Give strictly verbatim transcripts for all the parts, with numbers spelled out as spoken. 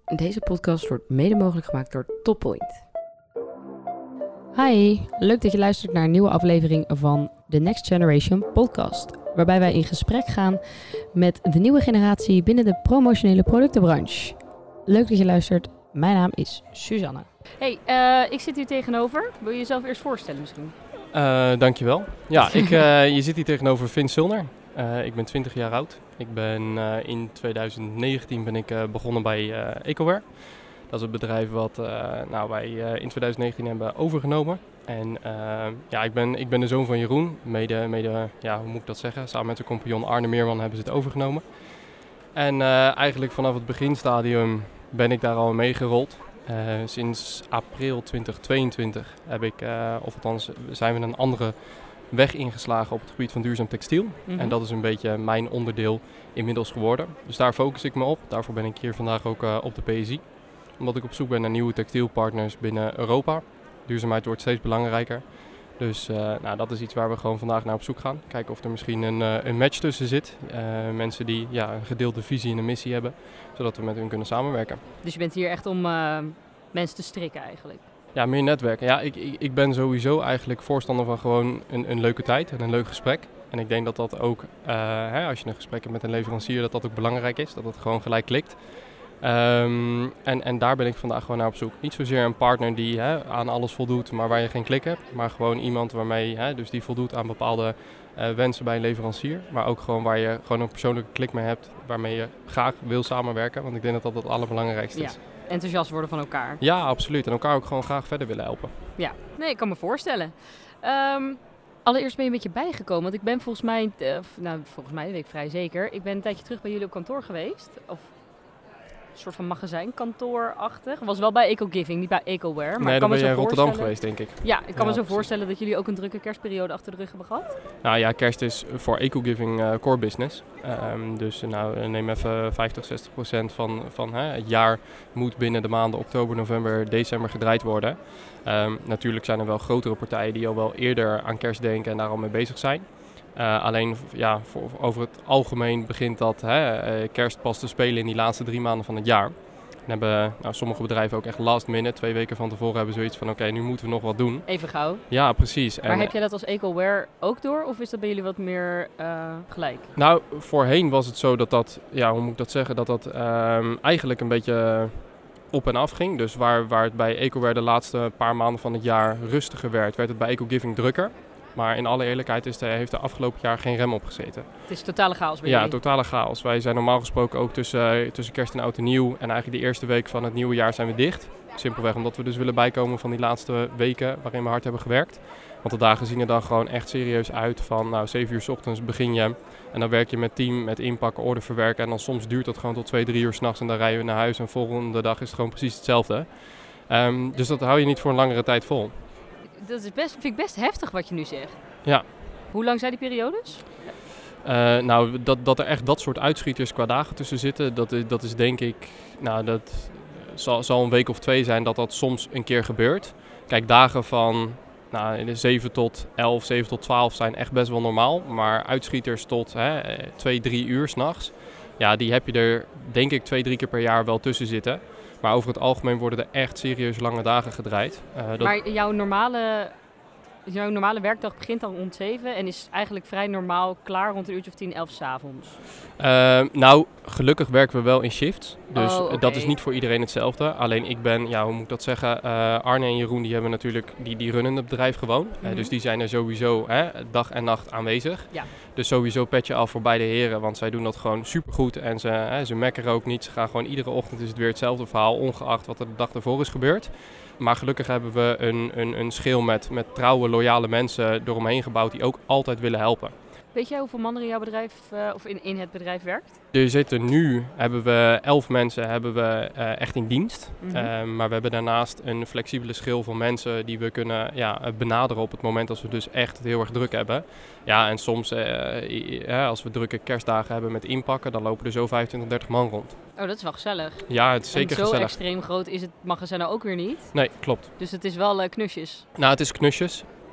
Deze podcast wordt mede mogelijk gemaakt door Toppoint. Hi, leuk dat je luistert naar een nieuwe aflevering van de Next Generation podcast. Waarbij wij in gesprek gaan met de nieuwe generatie binnen de promotionele productenbranche. Leuk dat je luistert. Mijn naam is Suzanne. Hey, uh, ik zit hier tegenover. Wil je jezelf eerst voorstellen misschien? Uh, dankjewel. Ja, ik, uh, je zit hier tegenover Vin Sulner. Uh, ik ben twintig jaar oud. Ik ben uh, in twintig negentien ben ik uh, begonnen bij uh, Ecoware. Dat is het bedrijf wat uh, nou, wij uh, in twintig negentien hebben overgenomen. En uh, ja, ik ben, ik ben de zoon van Jeroen. Mede, mede ja, hoe moet ik dat zeggen? Samen met zijn compagnon Arne Meerman hebben ze het overgenomen. En uh, eigenlijk vanaf het beginstadium ben ik daar al mee gerold. Uh, sinds april twintig tweeëntwintig heb ik, uh, of althans zijn we een andere weg ingeslagen op het gebied van duurzaam textiel. Mm-hmm. En dat is een beetje mijn onderdeel inmiddels geworden. Dus daar focus ik me op. Daarvoor ben ik hier vandaag ook uh, op de P S I. Omdat ik op zoek ben naar nieuwe textielpartners binnen Europa. Duurzaamheid wordt steeds belangrijker. Dus uh, nou, dat is iets waar we gewoon vandaag naar op zoek gaan. Kijken of er misschien een, uh, een match tussen zit. Uh, mensen die ja, een gedeelde visie en een missie hebben. Zodat we met hun kunnen samenwerken. Dus je bent hier echt om uh, mensen te strikken eigenlijk? Ja, meer netwerken. Ja, ik, ik, ik ben sowieso eigenlijk voorstander van gewoon een, een leuke tijd en een leuk gesprek. En ik denk dat dat ook, uh, hè, als je een gesprek hebt met een leverancier, dat dat ook belangrijk is. Dat het gewoon gelijk klikt. Um, en, en daar ben ik vandaag gewoon naar op zoek. Niet zozeer een partner die hè, aan alles voldoet, maar waar je geen klik hebt. Maar gewoon iemand waarmee, hè, dus die voldoet aan bepaalde uh, wensen bij een leverancier. Maar ook gewoon waar je gewoon een persoonlijke klik mee hebt, waarmee je graag wil samenwerken. Want ik denk dat dat het allerbelangrijkste ja. is. Enthousiast worden van elkaar. Ja, absoluut. En elkaar ook gewoon graag verder willen helpen. Ja, nee, ik kan me voorstellen. Um, allereerst ben je een beetje bijgekomen. Want ik ben volgens mij, uh, nou volgens mij, dat weet ik vrij zeker. Ik ben een tijdje terug bij jullie op kantoor geweest. Of een soort van magazijnkantoorachtig. Was wel bij Ecogiving, niet bij Ecoware. Maar nee, ik kan dan me ben zo je in Rotterdam geweest, denk ik. Ja, ik kan ja, me zo precies. voorstellen dat jullie ook een drukke kerstperiode achter de rug hebben gehad. Nou ja, kerst is voor Ecogiving uh, core business. Um, dus nou, neem even vijftig, zestig procent van, van hè, het jaar moet binnen de maanden oktober, november, december gedraaid worden. Um, natuurlijk zijn er wel grotere partijen die al wel eerder aan kerst denken en daar al mee bezig zijn. Uh, alleen ja, voor, over het algemeen begint dat hè, uh, kerst pas te spelen in die laatste drie maanden van het jaar. En hebben nou, sommige bedrijven ook echt last minute, twee weken van tevoren hebben zoiets van oké, okay, nu moeten we nog wat doen. Even gauw. Ja, precies. Maar en, heb jij dat als Ecoware ook door of is dat bij jullie wat meer uh, gelijk? Nou, voorheen was het zo dat dat, ja, hoe moet ik dat zeggen, dat dat um, eigenlijk een beetje op en af ging. Dus waar, waar het bij Ecoware de laatste paar maanden van het jaar rustiger werd, werd het bij Ecogiving drukker. Maar in alle eerlijkheid is de, heeft de afgelopen jaar geen rem opgezeten. Het is totale chaos bij ja, jullie? Ja, totale chaos. Wij zijn normaal gesproken ook tussen, tussen kerst en oud en nieuw. En eigenlijk de eerste week van het nieuwe jaar zijn we dicht. Simpelweg omdat we dus willen bijkomen van die laatste weken waarin we hard hebben gewerkt. Want de dagen zien er dan gewoon echt serieus uit van nou, zeven uur 's ochtends begin je. En dan werk je met team, met inpakken, orde verwerken. En dan soms duurt dat gewoon tot twee, drie uur 's nachts en dan rijden we naar huis. En volgende dag is het gewoon precies hetzelfde. Um, dus dat hou je niet voor een langere tijd vol. Dat is best, vind ik best heftig wat je nu zegt. Ja. Hoe lang zijn die periodes? Uh, nou, dat, dat er echt dat soort uitschieters qua dagen tussen zitten, dat is, dat is denk ik, nou dat zal, zal een week of twee zijn dat dat soms een keer gebeurt. Kijk, dagen van nou, zeven tot elf, zeven tot twaalf zijn echt best wel normaal, maar uitschieters tot hè, twee, drie uur 's nachts, ja, die heb je er denk ik twee, drie keer per jaar wel tussen zitten. Maar over het algemeen worden er echt serieus lange dagen gedraaid. Uh, dat... Maar jouw normale... Jouw normale werkdag begint al rond zeven en is eigenlijk vrij normaal klaar rond een uurtje of tien, elf 's avonds. Uh, nou, gelukkig werken we wel in shifts. Dus oh, okay. dat is niet voor iedereen hetzelfde. Alleen ik ben, ja, hoe moet ik dat zeggen? Uh, Arne en Jeroen die hebben natuurlijk, die, die runnen het bedrijf gewoon. Mm-hmm. Uh, dus die zijn er sowieso hè, dag en nacht aanwezig. Ja. Dus sowieso petje af voor beide heren, want zij doen dat gewoon supergoed. En ze, hè, ze mekkeren ook niet. Ze gaan gewoon iedere ochtend is het weer hetzelfde verhaal, ongeacht wat er de dag ervoor is gebeurd. Maar gelukkig hebben we een, een, een schil met, met trouwe, loyale mensen eromheen gebouwd die ook altijd willen helpen. Weet jij hoeveel mannen in jouw bedrijf uh, of in, in het bedrijf werkt? Er zitten nu, hebben we elf mensen hebben we, uh, echt in dienst. Mm-hmm. Uh, maar we hebben daarnaast een flexibele schil van mensen die we kunnen ja, benaderen op het moment als we dus echt heel erg druk hebben. Ja, en soms uh, ja, als we drukke kerstdagen hebben met inpakken, dan lopen er zo vijfentwintig, dertig man rond. Oh, dat is wel gezellig. Ja, het is zeker en zo gezellig. extreem groot is het magazijn nou ook weer niet. Nee, klopt. Dus het is wel uh, knusjes. Nou, het is knusjes.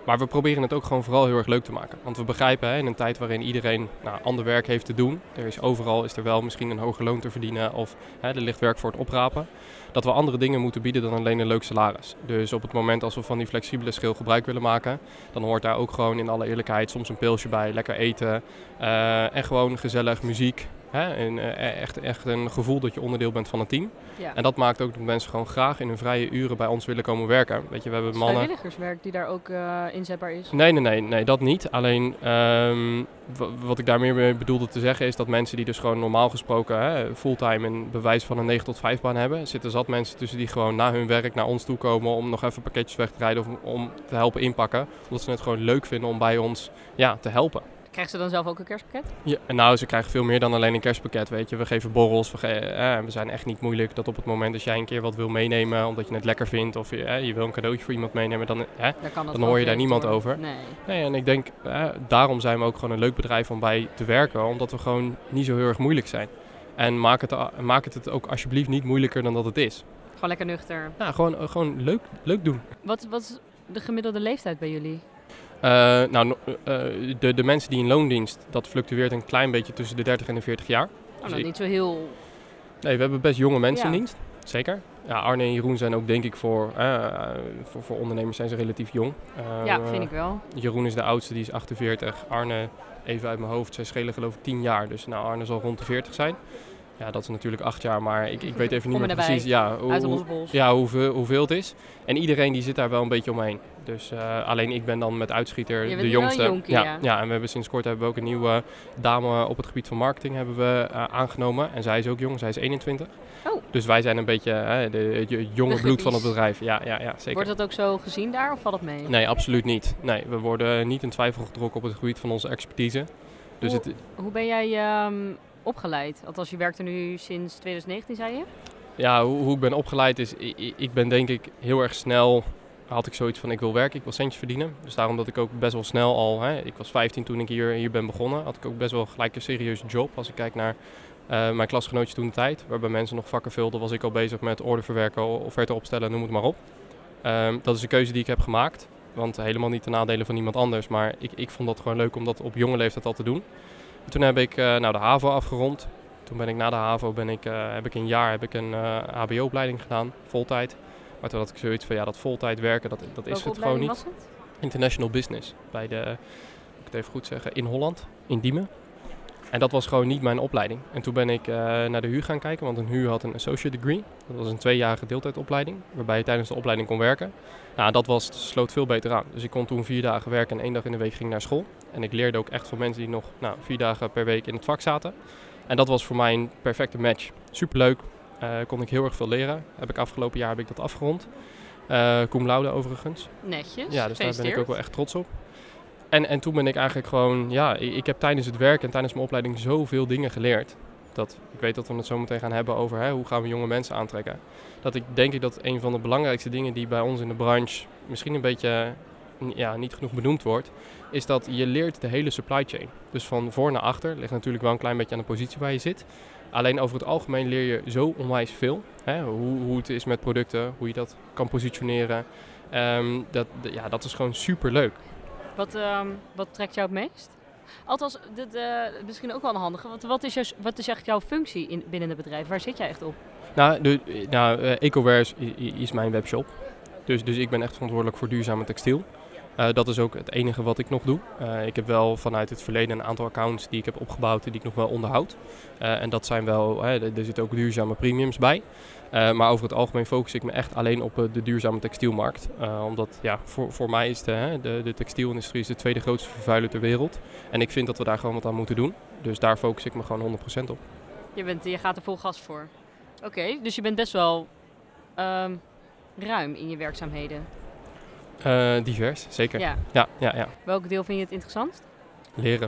Maar we proberen het ook gewoon vooral heel erg leuk te maken. Want we begrijpen, hè, in een tijd waarin iedereen nou, ander werk heeft te doen. Er is overal is er wel misschien een hoger loon te verdienen of hè, er ligt werk voor het oprapen. Dat we andere dingen moeten bieden dan alleen een leuk salaris. Dus op het moment als we van die flexibele schil gebruik willen maken, dan hoort daar ook gewoon in alle eerlijkheid soms een pilsje bij, lekker eten uh, en gewoon gezellig muziek. Hè? En, uh, echt, echt een gevoel dat je onderdeel bent van een team. Ja. En dat maakt ook dat mensen gewoon graag in hun vrije uren bij ons willen komen werken. Weet je, we hebben mannen... Vrijwilligerswerk die daar ook uh, inzetbaar is? Nee, nee, nee, nee, dat niet. Alleen um, w- wat ik daar meer mee bedoelde te zeggen is dat mensen die dus gewoon normaal gesproken hè, fulltime een bewijs van een negen tot vijf baan hebben. Zitten zat mensen tussen die gewoon na hun werk naar ons toe komen om nog even pakketjes weg te rijden of om te helpen inpakken. Omdat ze het gewoon leuk vinden om bij ons ja, te helpen. Krijgen ze dan zelf ook een kerstpakket? Ja, nou, ze krijgen veel meer dan alleen een kerstpakket, weet je. We geven borrels, we, ge- eh, we zijn echt niet moeilijk dat op het moment dat jij een keer wat wil meenemen, omdat je het lekker vindt of je, eh, je wil een cadeautje voor iemand meenemen, dan, eh, dan hoor je daar niemand worden. over. Nee. nee, en ik denk, eh, daarom zijn we ook gewoon een leuk bedrijf om bij te werken, omdat we gewoon niet zo heel erg moeilijk zijn. En maak het, maak het het ook alsjeblieft niet moeilijker dan dat het is. Gewoon lekker nuchter. Ja, gewoon, uh, gewoon leuk, leuk doen. Wat, wat is de gemiddelde leeftijd bij jullie? Uh, nou, uh, de, de mensen die in loondienst, dat fluctueert een klein beetje tussen de dertig en de veertig jaar. Oh, nou, niet zo heel... Nee, we hebben best jonge mensen ja. in dienst. Zeker. Ja, Arne en Jeroen zijn ook denk ik voor, uh, voor, voor ondernemers zijn ze relatief jong. Uh, ja, vind ik wel. Jeroen is de oudste, die is achtenveertig. Arne, even uit mijn hoofd, zij schelen geloof ik tien jaar. Dus nou, Arne zal rond de veertig zijn. Ja, dat is natuurlijk acht jaar, maar ik, ik weet even niet meer precies ja, hoe, Uit hoe, ja, hoeveel, hoeveel het is. En iedereen die zit daar wel een beetje omheen. Dus uh, alleen ik ben dan met uitschieter je de jongste. Jonkie, ja, ja. ja, en we hebben sinds kort hebben we ook een nieuwe dame op het gebied van marketing hebben we uh, aangenomen. En zij is ook jong, zij is eenentwintig. Oh. Dus wij zijn een beetje uh, de, de jonge de bloed van het bedrijf. Ja, ja, ja, zeker. Wordt dat ook zo gezien daar of valt dat mee? Nee, absoluut niet. Nee, we worden niet in twijfel getrokken op het gebied van onze expertise. Dus hoe, het, hoe ben jij um, opgeleid? Althans, je werkt er nu sinds twintig negentien, zei je? Ja, hoe, hoe ik ben opgeleid is, ik, ik ben denk ik heel erg snel, had ik zoiets van ik wil werken, ik wil centjes verdienen. Dus daarom dat ik ook best wel snel al, hè, ik was vijftien toen ik hier, hier ben begonnen, had ik ook best wel gelijk een serieuze job. Als ik kijk naar uh, mijn klasgenootjes toen de tijd, waarbij mensen nog vakken vulden, was ik al bezig met orde verwerken, offerte opstellen, noem het maar op. Um, dat is een keuze die ik heb gemaakt, want helemaal niet ten nadele van iemand anders, maar ik, ik vond dat gewoon leuk om dat op jonge leeftijd al te doen. En toen heb ik uh, nou, de HAVO afgerond. Toen ben ik na de HAVO ben ik, uh, heb ik een jaar heb ik een uh, H B O-opleiding gedaan, voltijd. Maar toen had ik zoiets van ja, dat voltijd werken, dat, dat is het gewoon niet. Was het? International Business bij de, moet ik het even goed zeggen, in Holland, in Diemen. En dat was gewoon niet mijn opleiding. En toen ben ik uh, naar de H U gaan kijken, want een H U had een associate degree. Dat was een tweejarige deeltijdopleiding, waarbij je tijdens de opleiding kon werken. Nou, dat was, sloot veel beter aan. Dus ik kon toen vier dagen werken en één dag in de week ging naar school. En ik leerde ook echt van mensen die nog nou, vier dagen per week in het vak zaten. En dat was voor mij een perfecte match. Superleuk, uh, kon ik heel erg veel leren. Heb ik afgelopen jaar heb ik dat afgerond. Uh, cum laude overigens. Netjes, ja, dus daar ben ik ook wel echt trots op. En, en toen ben ik eigenlijk gewoon, ja, ik, ik heb tijdens het werk en tijdens mijn opleiding zoveel dingen geleerd. Dat, ik weet dat we het zo meteen gaan hebben over hè, hoe gaan we jonge mensen aantrekken. Dat ik denk ik dat een van de belangrijkste dingen die bij ons in de branche misschien een beetje ja, niet genoeg benoemd wordt, is dat je leert de hele supply chain. Dus van voor naar achter, ligt natuurlijk wel een klein beetje aan de positie waar je zit. Alleen over het algemeen leer je zo onwijs veel. Hè? Hoe, hoe het is met producten, hoe je dat kan positioneren. Um, dat, d- ja, dat is gewoon super leuk. Wat, um, wat trekt jou het meest? Althans, dit, uh, misschien ook wel een handige. Wat, wat, is, jou, wat is echt jouw functie in, binnen het bedrijf? Waar zit jij echt op? Nou, de, nou uh, Ecoware is, is mijn webshop. Dus, dus ik ben echt verantwoordelijk voor duurzame textiel. Uh, dat is ook het enige wat ik nog doe. Uh, ik heb wel vanuit het verleden een aantal accounts die ik heb opgebouwd die ik nog wel onderhoud. Uh, en dat zijn wel, hè, er zitten ook duurzame premiums bij. Uh, maar over het algemeen focus ik me echt alleen op uh, de duurzame textielmarkt. Uh, omdat ja, voor, voor mij is de, hè, de, de textielindustrie is de tweede grootste vervuiler ter wereld. En ik vind dat we daar gewoon wat aan moeten doen. Dus daar focus ik me gewoon honderd procent op. Je, bent, je gaat er vol gas voor. Oké, okay, dus je bent best wel um, ruim in je werkzaamheden. Uh, divers, zeker. Ja. Ja, ja, ja. Welk deel vind je het interessantst? Leren.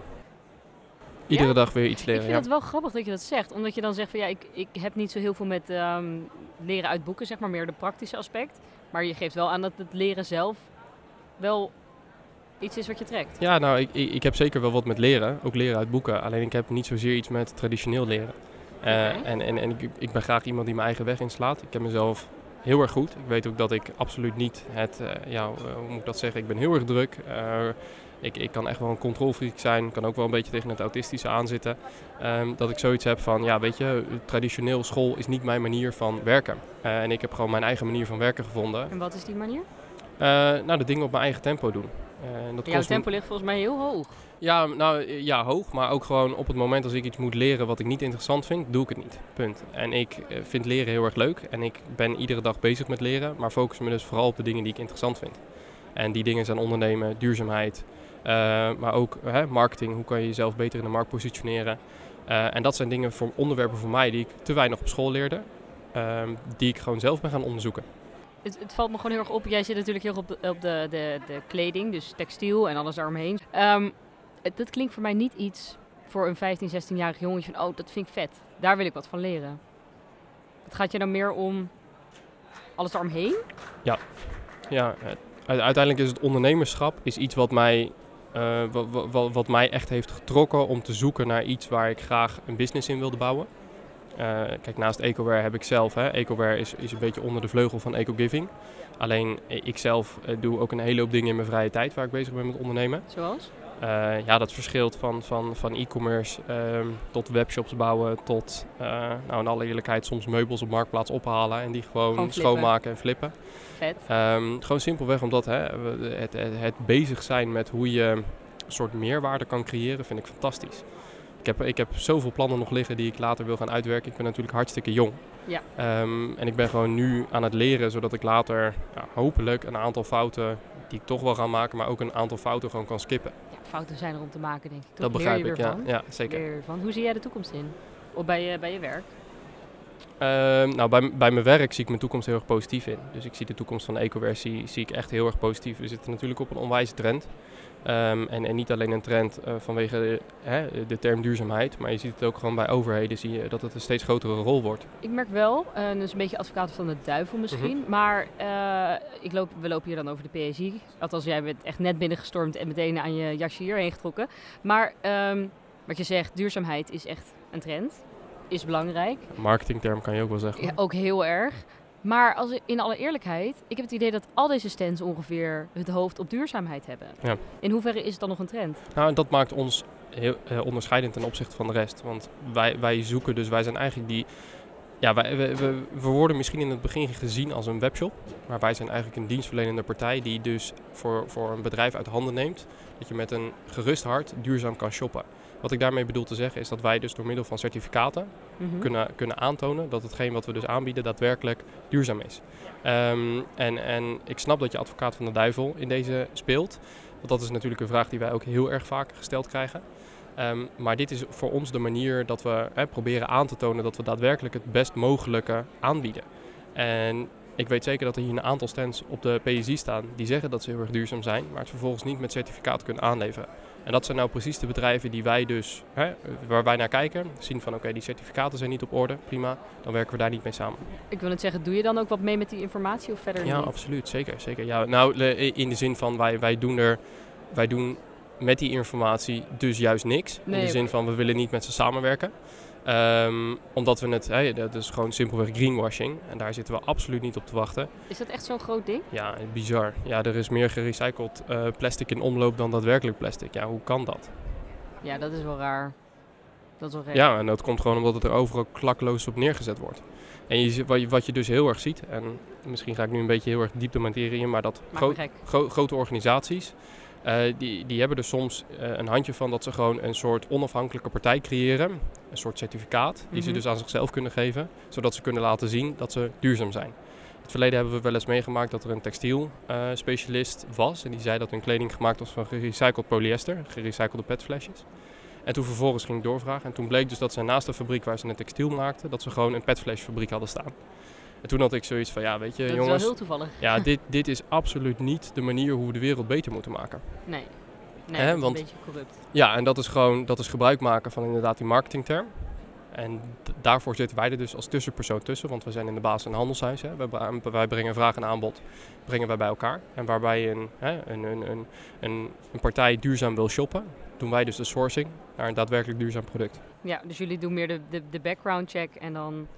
Iedere ja? dag weer iets leren. Ik vind ja. het wel grappig dat je dat zegt. Omdat je dan zegt van ja, ik, ik heb niet zo heel veel met um, leren uit boeken, zeg maar, meer de praktische aspect. Maar je geeft wel aan dat het leren zelf wel iets is wat je trekt. Ja, nou, ik, ik, ik heb zeker wel wat met leren. Ook leren uit boeken. Alleen ik heb niet zozeer iets met traditioneel leren. Uh, okay. En, en, en ik, ik ben graag iemand die mijn eigen weg inslaat. Ik heb mezelf heel erg goed. Ik weet ook dat ik absoluut niet het, uh, ja, uh, hoe moet ik dat zeggen, ik ben heel erg druk. Uh, ik, ik kan echt wel een controlfreak zijn, kan ook wel een beetje tegen het autistische aanzitten. Um, dat ik zoiets heb van, ja weet je, traditioneel school is niet mijn manier van werken. Uh, en ik heb gewoon mijn eigen manier van werken gevonden. En wat is die manier? Uh, nou, de dingen op mijn eigen tempo doen. Uh, en dat Jouw tempo ligt volgens mij heel hoog. Ja, nou ja, hoog, maar ook gewoon op het moment als ik iets moet leren wat ik niet interessant vind, doe ik het niet. Punt. En ik uh, vind leren heel erg leuk en ik ben iedere dag bezig met leren, maar focus me dus vooral op de dingen die ik interessant vind. En die dingen zijn ondernemen, duurzaamheid, uh, maar ook uh, marketing, hoe kan je jezelf beter in de markt positioneren. Uh, en dat zijn dingen voor onderwerpen voor mij die ik te weinig op school leerde, uh, die ik gewoon zelf ben gaan onderzoeken. Het, het valt me gewoon heel erg op. Jij zit natuurlijk heel erg op de, op de, de, de kleding, dus textiel en alles daaromheen. Um, het, dat klinkt voor mij niet iets voor een vijftien, zestienjarig jongetje van, oh, dat vind ik vet. Daar wil ik wat van leren. Het gaat je dan meer om alles daaromheen? Ja, ja uiteindelijk is het ondernemerschap is iets wat mij, uh, wat, wat, wat mij echt heeft getrokken om te zoeken naar iets waar ik graag een business in wilde bouwen. Uh, kijk, naast EcoWare heb ik zelf, hè, EcoWare is, is een beetje onder de vleugel van EcoGiving. Alleen ik zelf uh, doe ook een hele hoop dingen in mijn vrije tijd waar ik bezig ben met ondernemen. Zoals? Uh, ja, dat verschilt van, van, van e-commerce um, tot webshops bouwen, tot, uh, nou in alle eerlijkheid, soms meubels op Marktplaats ophalen en die gewoon, gewoon schoonmaken en flippen. Vet. Um, gewoon simpelweg omdat hè, het, het, het bezig zijn met hoe je een soort meerwaarde kan creëren, vind ik fantastisch. Ik heb, ik heb zoveel plannen nog liggen die ik later wil gaan uitwerken. Ik ben natuurlijk hartstikke jong. Ja. Um, en ik ben gewoon nu aan het leren, zodat ik later ja, hopelijk een aantal fouten die ik toch wel ga maken, maar ook een aantal fouten gewoon kan skippen. Ja, fouten zijn er om te maken, denk ik. Toch? Dat begrijp Leer je ik, ja, van? ja, zeker. Leer je ervan. Hoe zie jij de toekomst in? Of bij je, bij je werk? Um, nou, bij, bij mijn werk zie ik mijn toekomst heel erg positief in. Dus ik zie de toekomst van EcoWare zie, zie ik echt heel erg positief. We zitten natuurlijk op een onwijze trend. Um, en, en niet alleen een trend uh, vanwege de, hè, de term duurzaamheid, maar je ziet het ook gewoon bij overheden, zie je dat het een steeds grotere rol wordt. Ik merk wel, uh, dat is een beetje advocaat van de duivel misschien, mm-hmm. maar uh, ik loop, we lopen hier dan over de P S I. Althans, jij bent echt net binnengestormd en meteen aan je jasje hierheen getrokken. Maar um, wat je zegt, duurzaamheid is echt een trend, is belangrijk. Marketingterm kan je ook wel zeggen. Ja, ook heel erg. Maar als, in alle eerlijkheid, ik heb het idee dat al deze stands ongeveer het hoofd op duurzaamheid hebben. Ja. In hoeverre is het dan nog een trend? Nou, dat maakt ons heel uh, onderscheidend ten opzichte van de rest. Want wij, wij zoeken dus, wij zijn eigenlijk die... Ja, wij, we, we, we worden misschien in het begin gezien als een webshop. Maar wij zijn eigenlijk een dienstverlenende partij die dus voor, voor een bedrijf uit handen neemt. Dat je met een gerust hart duurzaam kan shoppen. Wat ik daarmee bedoel te zeggen is dat wij dus door middel van certificaten mm-hmm. kunnen, kunnen aantonen dat hetgeen wat we dus aanbieden daadwerkelijk duurzaam is. Um, en, en ik snap dat je advocaat van de duivel in deze speelt. Want dat is natuurlijk een vraag die wij ook heel erg vaak gesteld krijgen. Um, maar dit is voor ons de manier dat we hè, proberen aan te tonen dat we daadwerkelijk het best mogelijke aanbieden. En ik weet zeker dat er hier een aantal stands op de P S I staan die zeggen dat ze heel erg duurzaam zijn, maar het vervolgens niet met certificaat kunnen aanleveren. En dat zijn nou precies de bedrijven die wij dus, hè, waar wij naar kijken, zien van oké, okay, die certificaten zijn niet op orde, prima, dan werken we daar niet mee samen. Ik wil net zeggen, doe je dan ook wat mee met die informatie of verder ja, niet? Ja, absoluut, zeker, zeker. Ja, nou, in de zin van wij, wij doen er, wij doen met die informatie dus juist niks. Nee, in de zin van we willen niet met ze samenwerken. Um, omdat we het, hey, dat is gewoon simpelweg greenwashing. En daar zitten we absoluut niet op te wachten. Is dat echt zo'n groot ding? Ja, bizar. Ja, er is meer gerecycled uh, plastic in omloop dan daadwerkelijk plastic. Ja, hoe kan dat? Ja, dat is wel raar. Dat is wel raar. Ja, en dat komt gewoon omdat het er overal klakloos op neergezet wordt. En je, wat, je, wat je dus heel erg ziet, en misschien ga ik nu een beetje heel erg diep de materie in, maar dat gro- gro- grote organisaties, Uh, die, die hebben er soms uh, een handje van dat ze gewoon een soort onafhankelijke partij creëren. Een soort certificaat die mm-hmm. ze dus aan zichzelf kunnen geven. Zodat ze kunnen laten zien dat ze duurzaam zijn. In het verleden hebben we wel eens meegemaakt dat er een textielspecialist uh, was. En die zei dat hun kleding gemaakt was van gerecycled polyester. Gerecyclede petflesjes. En toen vervolgens ging ik doorvragen. En toen bleek dus dat ze naast de fabriek waar ze een textiel maakten, dat ze gewoon een petflesfabriek hadden staan. En toen had ik zoiets van, ja, weet je, dat jongens... Dat is wel heel toevallig. Ja, dit, dit is absoluut niet de manier hoe we de wereld beter moeten maken. Nee, nee He, dat is want, een beetje corrupt. Ja, en dat is gewoon, dat is gebruik maken van inderdaad die marketingterm. En d- daarvoor zitten wij er dus als tussenpersoon tussen, want we zijn in de basis een handelshuis. Hè. Wij, wij brengen vraag en aanbod brengen wij bij elkaar. En waarbij een, hè, een, een, een, een, een partij duurzaam wil shoppen, doen wij dus de sourcing naar een daadwerkelijk duurzaam product. Ja, dus jullie doen meer de, de, de background check en dan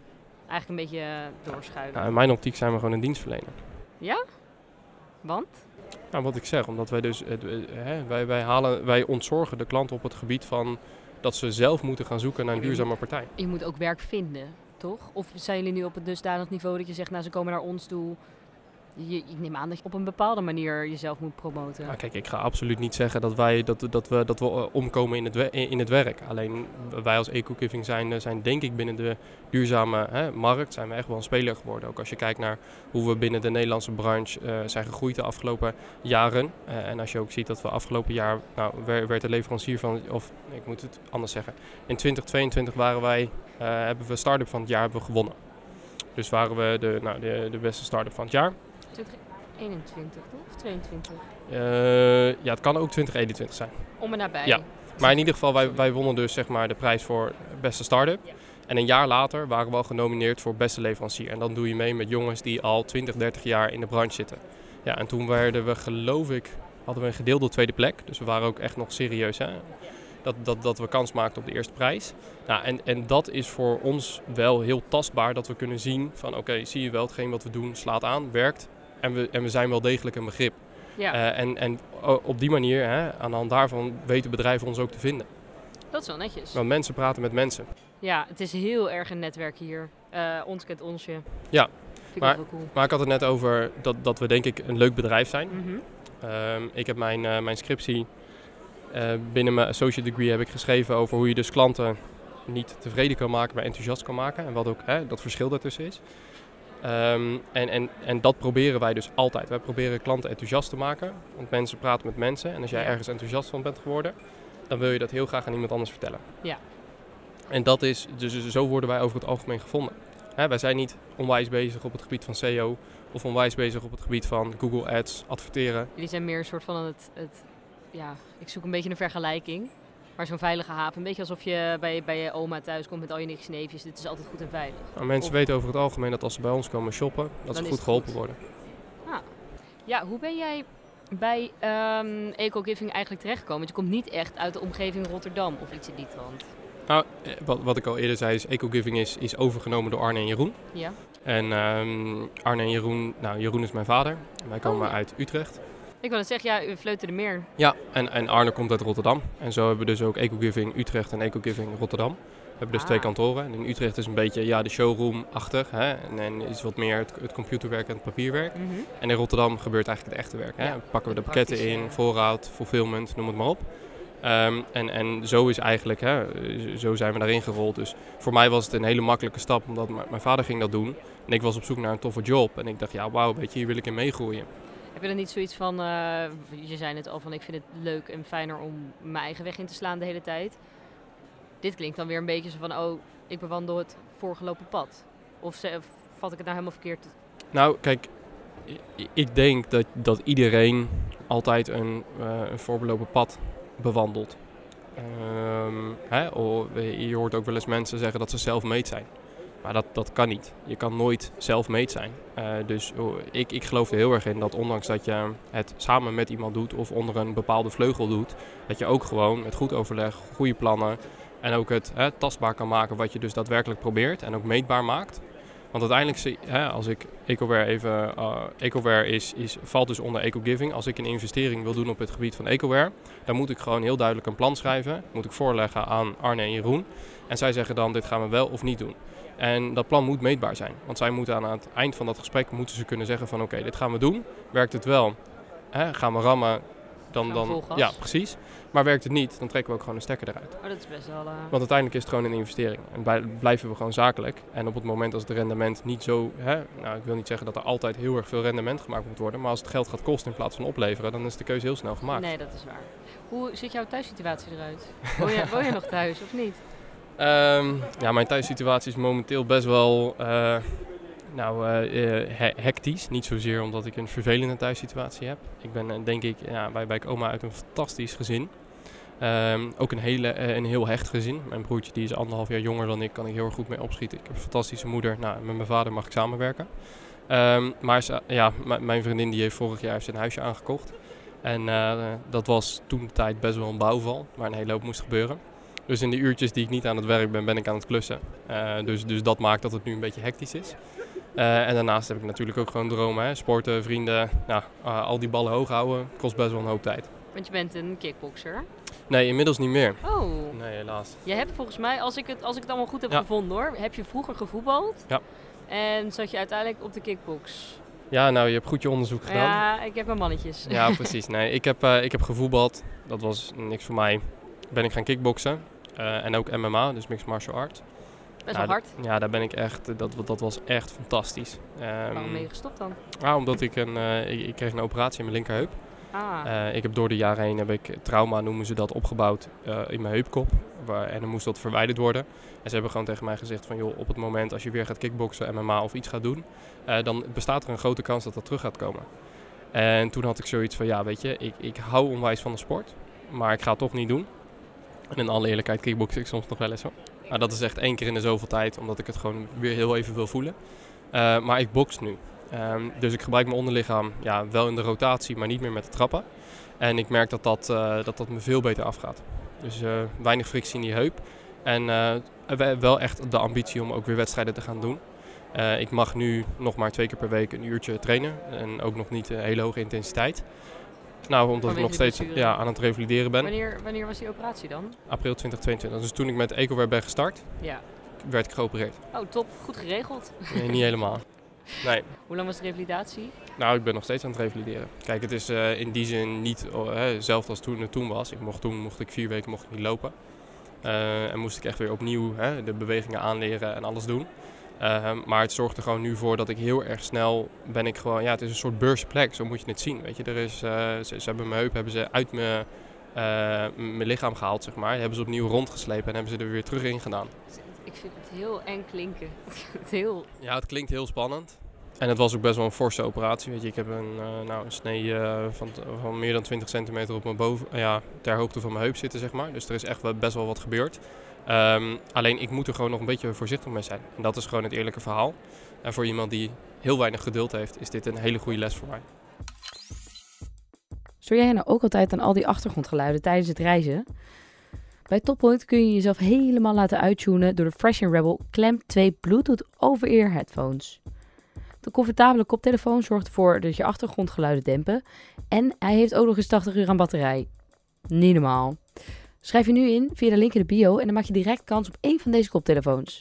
Eigenlijk een beetje uh, doorschuiven. Nou, in mijn optiek zijn we gewoon een dienstverlener. Ja? Want? Nou, wat ik zeg, omdat wij dus, uh, uh, hè, wij, wij, halen, wij ontzorgen de klant op het gebied van dat ze zelf moeten gaan zoeken naar een duurzame partij. Je moet ook werk vinden, toch? Of zijn jullie nu op het dusdanig niveau dat je zegt, nou ze komen naar ons toe. Je, ik neem aan dat je op een bepaalde manier jezelf moet promoten. Nou, kijk, ik ga absoluut niet zeggen dat wij dat, dat we, dat we uh, omkomen in het, we, in het werk. Alleen wij als Ecogiving zijn, zijn denk ik binnen de duurzame hè, markt zijn we echt wel een speler geworden. Ook als je kijkt naar hoe we binnen de Nederlandse branche uh, zijn gegroeid de afgelopen jaren. Uh, en als je ook ziet dat we afgelopen jaar, nou werd de leverancier van, of ik moet het anders zeggen. In twintig tweeëntwintig waren wij, uh, hebben we start-up van het jaar hebben we gewonnen. Dus waren we de, nou, de, de beste start-up van het jaar. twintig eenentwintig toch? Of tweeëntwintig? Uh, ja, het kan ook twintig eenentwintig zijn. Om en nabij. Ja, maar in ieder geval, wij, wij wonnen dus zeg maar de prijs voor beste start-up. Ja. En een jaar later waren we al genomineerd voor beste leverancier. En dan doe je mee met jongens die al twintig, dertig jaar in de branche zitten. Ja, en toen werden we, geloof ik, hadden we een gedeelde tweede plek. Dus we waren ook echt nog serieus, hè? Dat, dat, dat we kans maakten op de eerste prijs. Nou, en, en dat is voor ons wel heel tastbaar, dat we kunnen zien van oké, okay, zie je wel, hetgeen wat we doen slaat aan, werkt. En we, en we zijn wel degelijk een begrip. Ja. Uh, en, en op die manier, hè, aan de hand daarvan, weten bedrijven ons ook te vinden. Dat is wel netjes. Want mensen praten met mensen. Ja, het is heel erg een netwerk hier. Uh, ons kent onsje. Ja, Vind maar, ik wel cool. maar ik had het net over dat, dat we denk ik een leuk bedrijf zijn. Mm-hmm. Uh, ik heb mijn, uh, mijn scriptie uh, binnen mijn associate degree heb ik geschreven over hoe je dus klanten niet tevreden kan maken, maar enthousiast kan maken. En wat ook hè, dat verschil daartussen is. Um, en, en, en dat proberen wij dus altijd. Wij proberen klanten enthousiast te maken. Want mensen praten met mensen. En als jij ergens enthousiast van bent geworden, dan wil je dat heel graag aan iemand anders vertellen. Ja. En dat is, dus zo worden wij over het algemeen gevonden. Hè, wij zijn niet onwijs bezig op het gebied van S E O of onwijs bezig op het gebied van Google Ads, adverteren. Jullie zijn meer een soort van het, het ja, ik zoek een beetje een vergelijking. Maar zo'n veilige haven, een beetje alsof je bij, bij je oma thuis komt met al je niks neefjes. Dit is altijd goed en veilig. Nou, mensen of... weten over het algemeen dat als ze bij ons komen shoppen, dat ze goed geholpen goed. worden. Ah. Ja, hoe ben jij bij um, Ecogiving eigenlijk terechtgekomen? Want je komt niet echt uit de omgeving Rotterdam of iets in die trant. Nou, wat, wat ik al eerder zei is, Ecogiving is, is overgenomen door Arne en Jeroen. Ja. En um, Arne en Jeroen, nou Jeroen is mijn vader. En wij komen oh, ja. uit Utrecht. Ik wil het zeggen, ja, u Vleuten de Meer. Ja, en, en Arne komt uit Rotterdam. En zo hebben we dus ook Ecogiving Utrecht en Ecogiving Rotterdam. We hebben dus ah. twee kantoren. En in Utrecht is een beetje ja, de showroom-achtig. Hè? En, en is wat meer het, het computerwerk en het papierwerk. Mm-hmm. En in Rotterdam gebeurt eigenlijk het echte werk. Hè? Ja, pakken we de pakketten in, voorraad, fulfillment, noem het maar op. Um, en, en zo is eigenlijk, hè, zo zijn we daarin gerold. Dus voor mij was het een hele makkelijke stap, omdat m- mijn vader ging dat doen. En ik was op zoek naar een toffe job. En ik dacht, ja wauw, weet je, hier wil ik in meegroeien. Heb je dan niet zoiets van, uh, je zei het al, van ik vind het leuk en fijner om mijn eigen weg in te slaan de hele tijd. Dit klinkt dan weer een beetje zo van, oh, ik bewandel het voorgelopen pad. Of, ze, of vat ik het nou helemaal verkeerd? Nou, kijk, ik denk dat, dat iedereen altijd een, uh, een voorbelopen pad bewandelt. Um, hè? Oh, je hoort ook wel eens mensen zeggen dat ze self-made zijn. Maar dat, dat kan niet. Je kan nooit self-made zijn. Uh, dus oh, ik, ik geloof er heel erg in dat ondanks dat je het samen met iemand doet of onder een bepaalde vleugel doet, dat je ook gewoon met goed overleg, goede plannen en ook het hè, tastbaar kan maken wat je dus daadwerkelijk probeert en ook meetbaar maakt. Want uiteindelijk, hè, als ik Ecoware even, uh, Ecoware is, is, valt dus onder Ecogiving. Als ik een investering wil doen op het gebied van Ecoware, dan moet ik gewoon heel duidelijk een plan schrijven. Moet ik voorleggen aan Arne en Jeroen. En zij zeggen dan, dit gaan we wel of niet doen. En dat plan moet meetbaar zijn. Want zij moeten aan het eind van dat gesprek moeten ze kunnen zeggen van oké, okay, dit gaan we doen. Werkt het wel? Hè, gaan we rammen? Dan, dan, ja, precies. Maar werkt het niet, dan trekken we ook gewoon een stekker eruit. Oh, dat is best wel... Uh... Want uiteindelijk is het gewoon een investering. En bij, blijven we gewoon zakelijk. En op het moment als het rendement niet zo... Hè, nou, ik wil niet zeggen dat er altijd heel erg veel rendement gemaakt moet worden. Maar als het geld gaat kosten in plaats van opleveren, dan is de keuze heel snel gemaakt. Nee, dat is waar. Hoe ziet jouw thuissituatie eruit? Woon je, woon je nog thuis of niet? Um, ja, mijn thuissituatie is momenteel best wel... Uh, Nou, uh, uh, hectisch. Niet zozeer omdat ik een vervelende thuissituatie heb. Ik ben uh, denk ik ja, bij, bij oma uit een fantastisch gezin. Um, ook een, hele, uh, een heel hecht gezin. Mijn broertje die is anderhalf jaar jonger dan ik, kan ik heel erg goed mee opschieten. Ik heb een fantastische moeder. Nou, met mijn vader mag ik samenwerken. Um, maar uh, ja, m- mijn vriendin die heeft vorig jaar zijn huisje aangekocht. En uh, dat was toen de tijd best wel een bouwval, waar een hele hoop moest gebeuren. Dus in de uurtjes die ik niet aan het werk ben, ben ik aan het klussen. Uh, dus, dus dat maakt dat het nu een beetje hectisch is. Uh, en daarnaast heb ik natuurlijk ook gewoon dromen. Hè? Sporten, vrienden, nou, uh, al die ballen hoog houden kost best wel een hoop tijd. Want je bent een kickboxer. Nee, inmiddels niet meer. Oh. Nee, helaas. Je hebt volgens mij, als ik het, als ik het allemaal goed heb ja. gevonden hoor, heb je vroeger gevoetbald. Ja. En zat je uiteindelijk op de kickbox. Ja, nou, je hebt goed je onderzoek gedaan. Ja, ik heb mijn mannetjes. Ja, precies. Nee, ik heb, uh, ik heb gevoetbald. Dat was niks voor mij. Ben ik gaan kickboksen. Uh, en ook M M A, dus mixed martial arts. Best nou, wel hard. D- ja, daar ben ik echt, dat, dat was echt fantastisch. Um, Waarom ben je gestopt dan? Nou, omdat ik een, uh, ik, ik kreeg een operatie in mijn linkerheup. Ah. Uh, ik heb door de jaren heen heb ik trauma, noemen ze dat, opgebouwd uh, in mijn heupkop. Waar, en dan moest dat verwijderd worden. En ze hebben gewoon tegen mij gezegd van joh, op het moment als je weer gaat kickboksen, M M A of iets gaat doen, uh, dan bestaat er een grote kans dat dat terug gaat komen. En toen had ik zoiets van ja, weet je, ik, ik hou onwijs van de sport, maar ik ga het toch niet doen. En in alle eerlijkheid kickboksen ik soms nog wel eens hoor. Maar dat is echt één keer in de zoveel tijd, omdat ik het gewoon weer heel even wil voelen. Uh, maar ik boks nu. Um, dus ik gebruik mijn onderlichaam ja, wel in de rotatie, maar niet meer met de trappen. En ik merk dat dat, uh, dat, dat me veel beter afgaat. Dus uh, weinig frictie in die heup. En uh, wel echt de ambitie om ook weer wedstrijden te gaan doen. Uh, ik mag nu nog maar twee keer per week een uurtje trainen. En ook nog niet uh, hele hoge intensiteit. Nou, omdat Vanwege ik nog steeds ja, aan het revalideren ben. Wanneer, wanneer was die operatie dan? April twintig tweeëntwintig. Dus toen ik met EcoWare ben gestart, ja. werd ik geopereerd. Oh, top. Goed geregeld. Nee, niet helemaal. Nee. Hoe lang was de revalidatie? Nou, ik ben nog steeds aan het revalideren. Kijk, het is uh, in die zin niet uh, hetzelfde als toen het toen was. Ik mocht toen mocht ik vier weken mocht ik niet lopen. Uh, en moest ik echt weer opnieuw hè, de bewegingen aanleren en alles doen. Uh, maar het zorgt er gewoon nu voor dat ik heel erg snel ben ik gewoon... Ja, het is een soort beursplek, zo moet je het zien. Weet je, er is, uh, ze, ze hebben mijn heup hebben ze uit mijn, uh, mijn lichaam gehaald, zeg maar. Hebben ze opnieuw rondgeslepen en hebben ze er weer terug in gedaan. Ik vind het heel eng klinken. het heel... Ja, het klinkt heel spannend. En het was ook best wel een forse operatie. Weet je, ik heb een, uh, nou, een snee uh, van, van meer dan twintig centimeter op mijn boven, uh, ja, ter hoogte van mijn heup zitten, zeg maar. Dus er is echt wel, best wel wat gebeurd. Um, alleen ik moet er gewoon nog een beetje voorzichtig mee zijn. En dat is gewoon het eerlijke verhaal. En voor iemand die heel weinig geduld heeft, is dit een hele goede les voor mij. Stoor jij nou ook altijd aan al die achtergrondgeluiden tijdens het reizen? Bij Toppoint kun je jezelf helemaal laten uittunen door de Fresh and Rebel Clamp twee Bluetooth over-ear headphones. De comfortabele koptelefoon zorgt ervoor dat je achtergrondgeluiden dempen en hij heeft ook nog eens tachtig uur aan batterij. Niet normaal. Schrijf je nu in via de link in de bio en dan maak je direct kans op één van deze koptelefoons.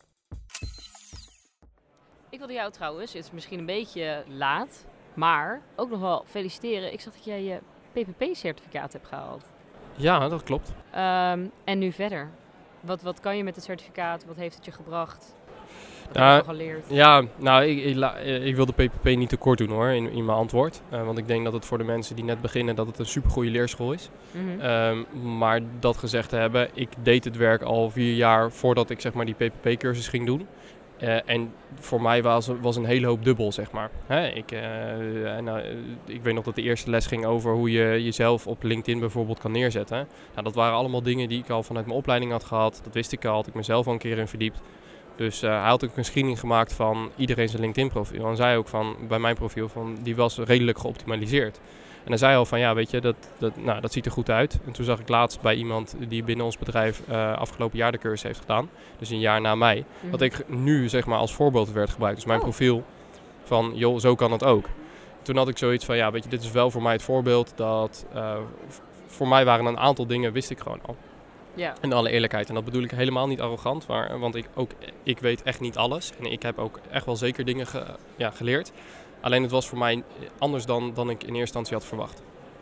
Ik wilde jou trouwens, het is misschien een beetje laat, maar ook nog wel feliciteren. Ik zag dat jij je P P P-certificaat hebt gehaald. Ja, dat klopt. Um, en nu verder. Wat, wat kan je met het certificaat? Wat heeft het je gebracht? Wat ja, heb je al geleerd? Ja, nou, ik, ik, ik wil de P P P niet te kort doen hoor, in, in mijn antwoord. Uh, want ik denk dat het voor de mensen die net beginnen, dat het een supergoeie leerschool is. Mm-hmm. Um, maar dat gezegd te hebben, ik deed het werk al vier jaar voordat ik zeg maar die P P P-cursus ging doen. Uh, en voor mij was, was een hele hoop dubbel, zeg maar. Hè, ik, uh, en, uh, ik weet nog dat de eerste les ging over hoe je jezelf op LinkedIn bijvoorbeeld kan neerzetten. Nou, dat waren allemaal dingen die ik al vanuit mijn opleiding had gehad. Dat wist ik al, had ik mezelf al een keer in verdiept. Dus uh, hij had ook een screening gemaakt van iedereen zijn LinkedIn-profiel. En zei ook van, bij mijn profiel, van, die was redelijk geoptimaliseerd. En hij zei al van, ja, weet je, dat, dat, nou, dat ziet er goed uit. En toen zag ik laatst bij iemand die binnen ons bedrijf uh, afgelopen jaar de cursus heeft gedaan. Dus een jaar na mij. Mm-hmm. Dat ik nu, zeg maar, als voorbeeld werd gebruikt. Dus mijn oh. profiel van, joh, zo kan het ook. Toen had ik zoiets van, ja, weet je, dit is wel voor mij het voorbeeld dat... Uh, v- voor mij waren een aantal dingen, wist ik gewoon al. Ja. In alle eerlijkheid. En dat bedoel ik helemaal niet arrogant. Maar, want ik, ook, ik weet echt niet alles. En ik heb ook echt wel zeker dingen ge, ja, geleerd. Alleen het was voor mij anders dan, dan ik in eerste instantie had verwacht.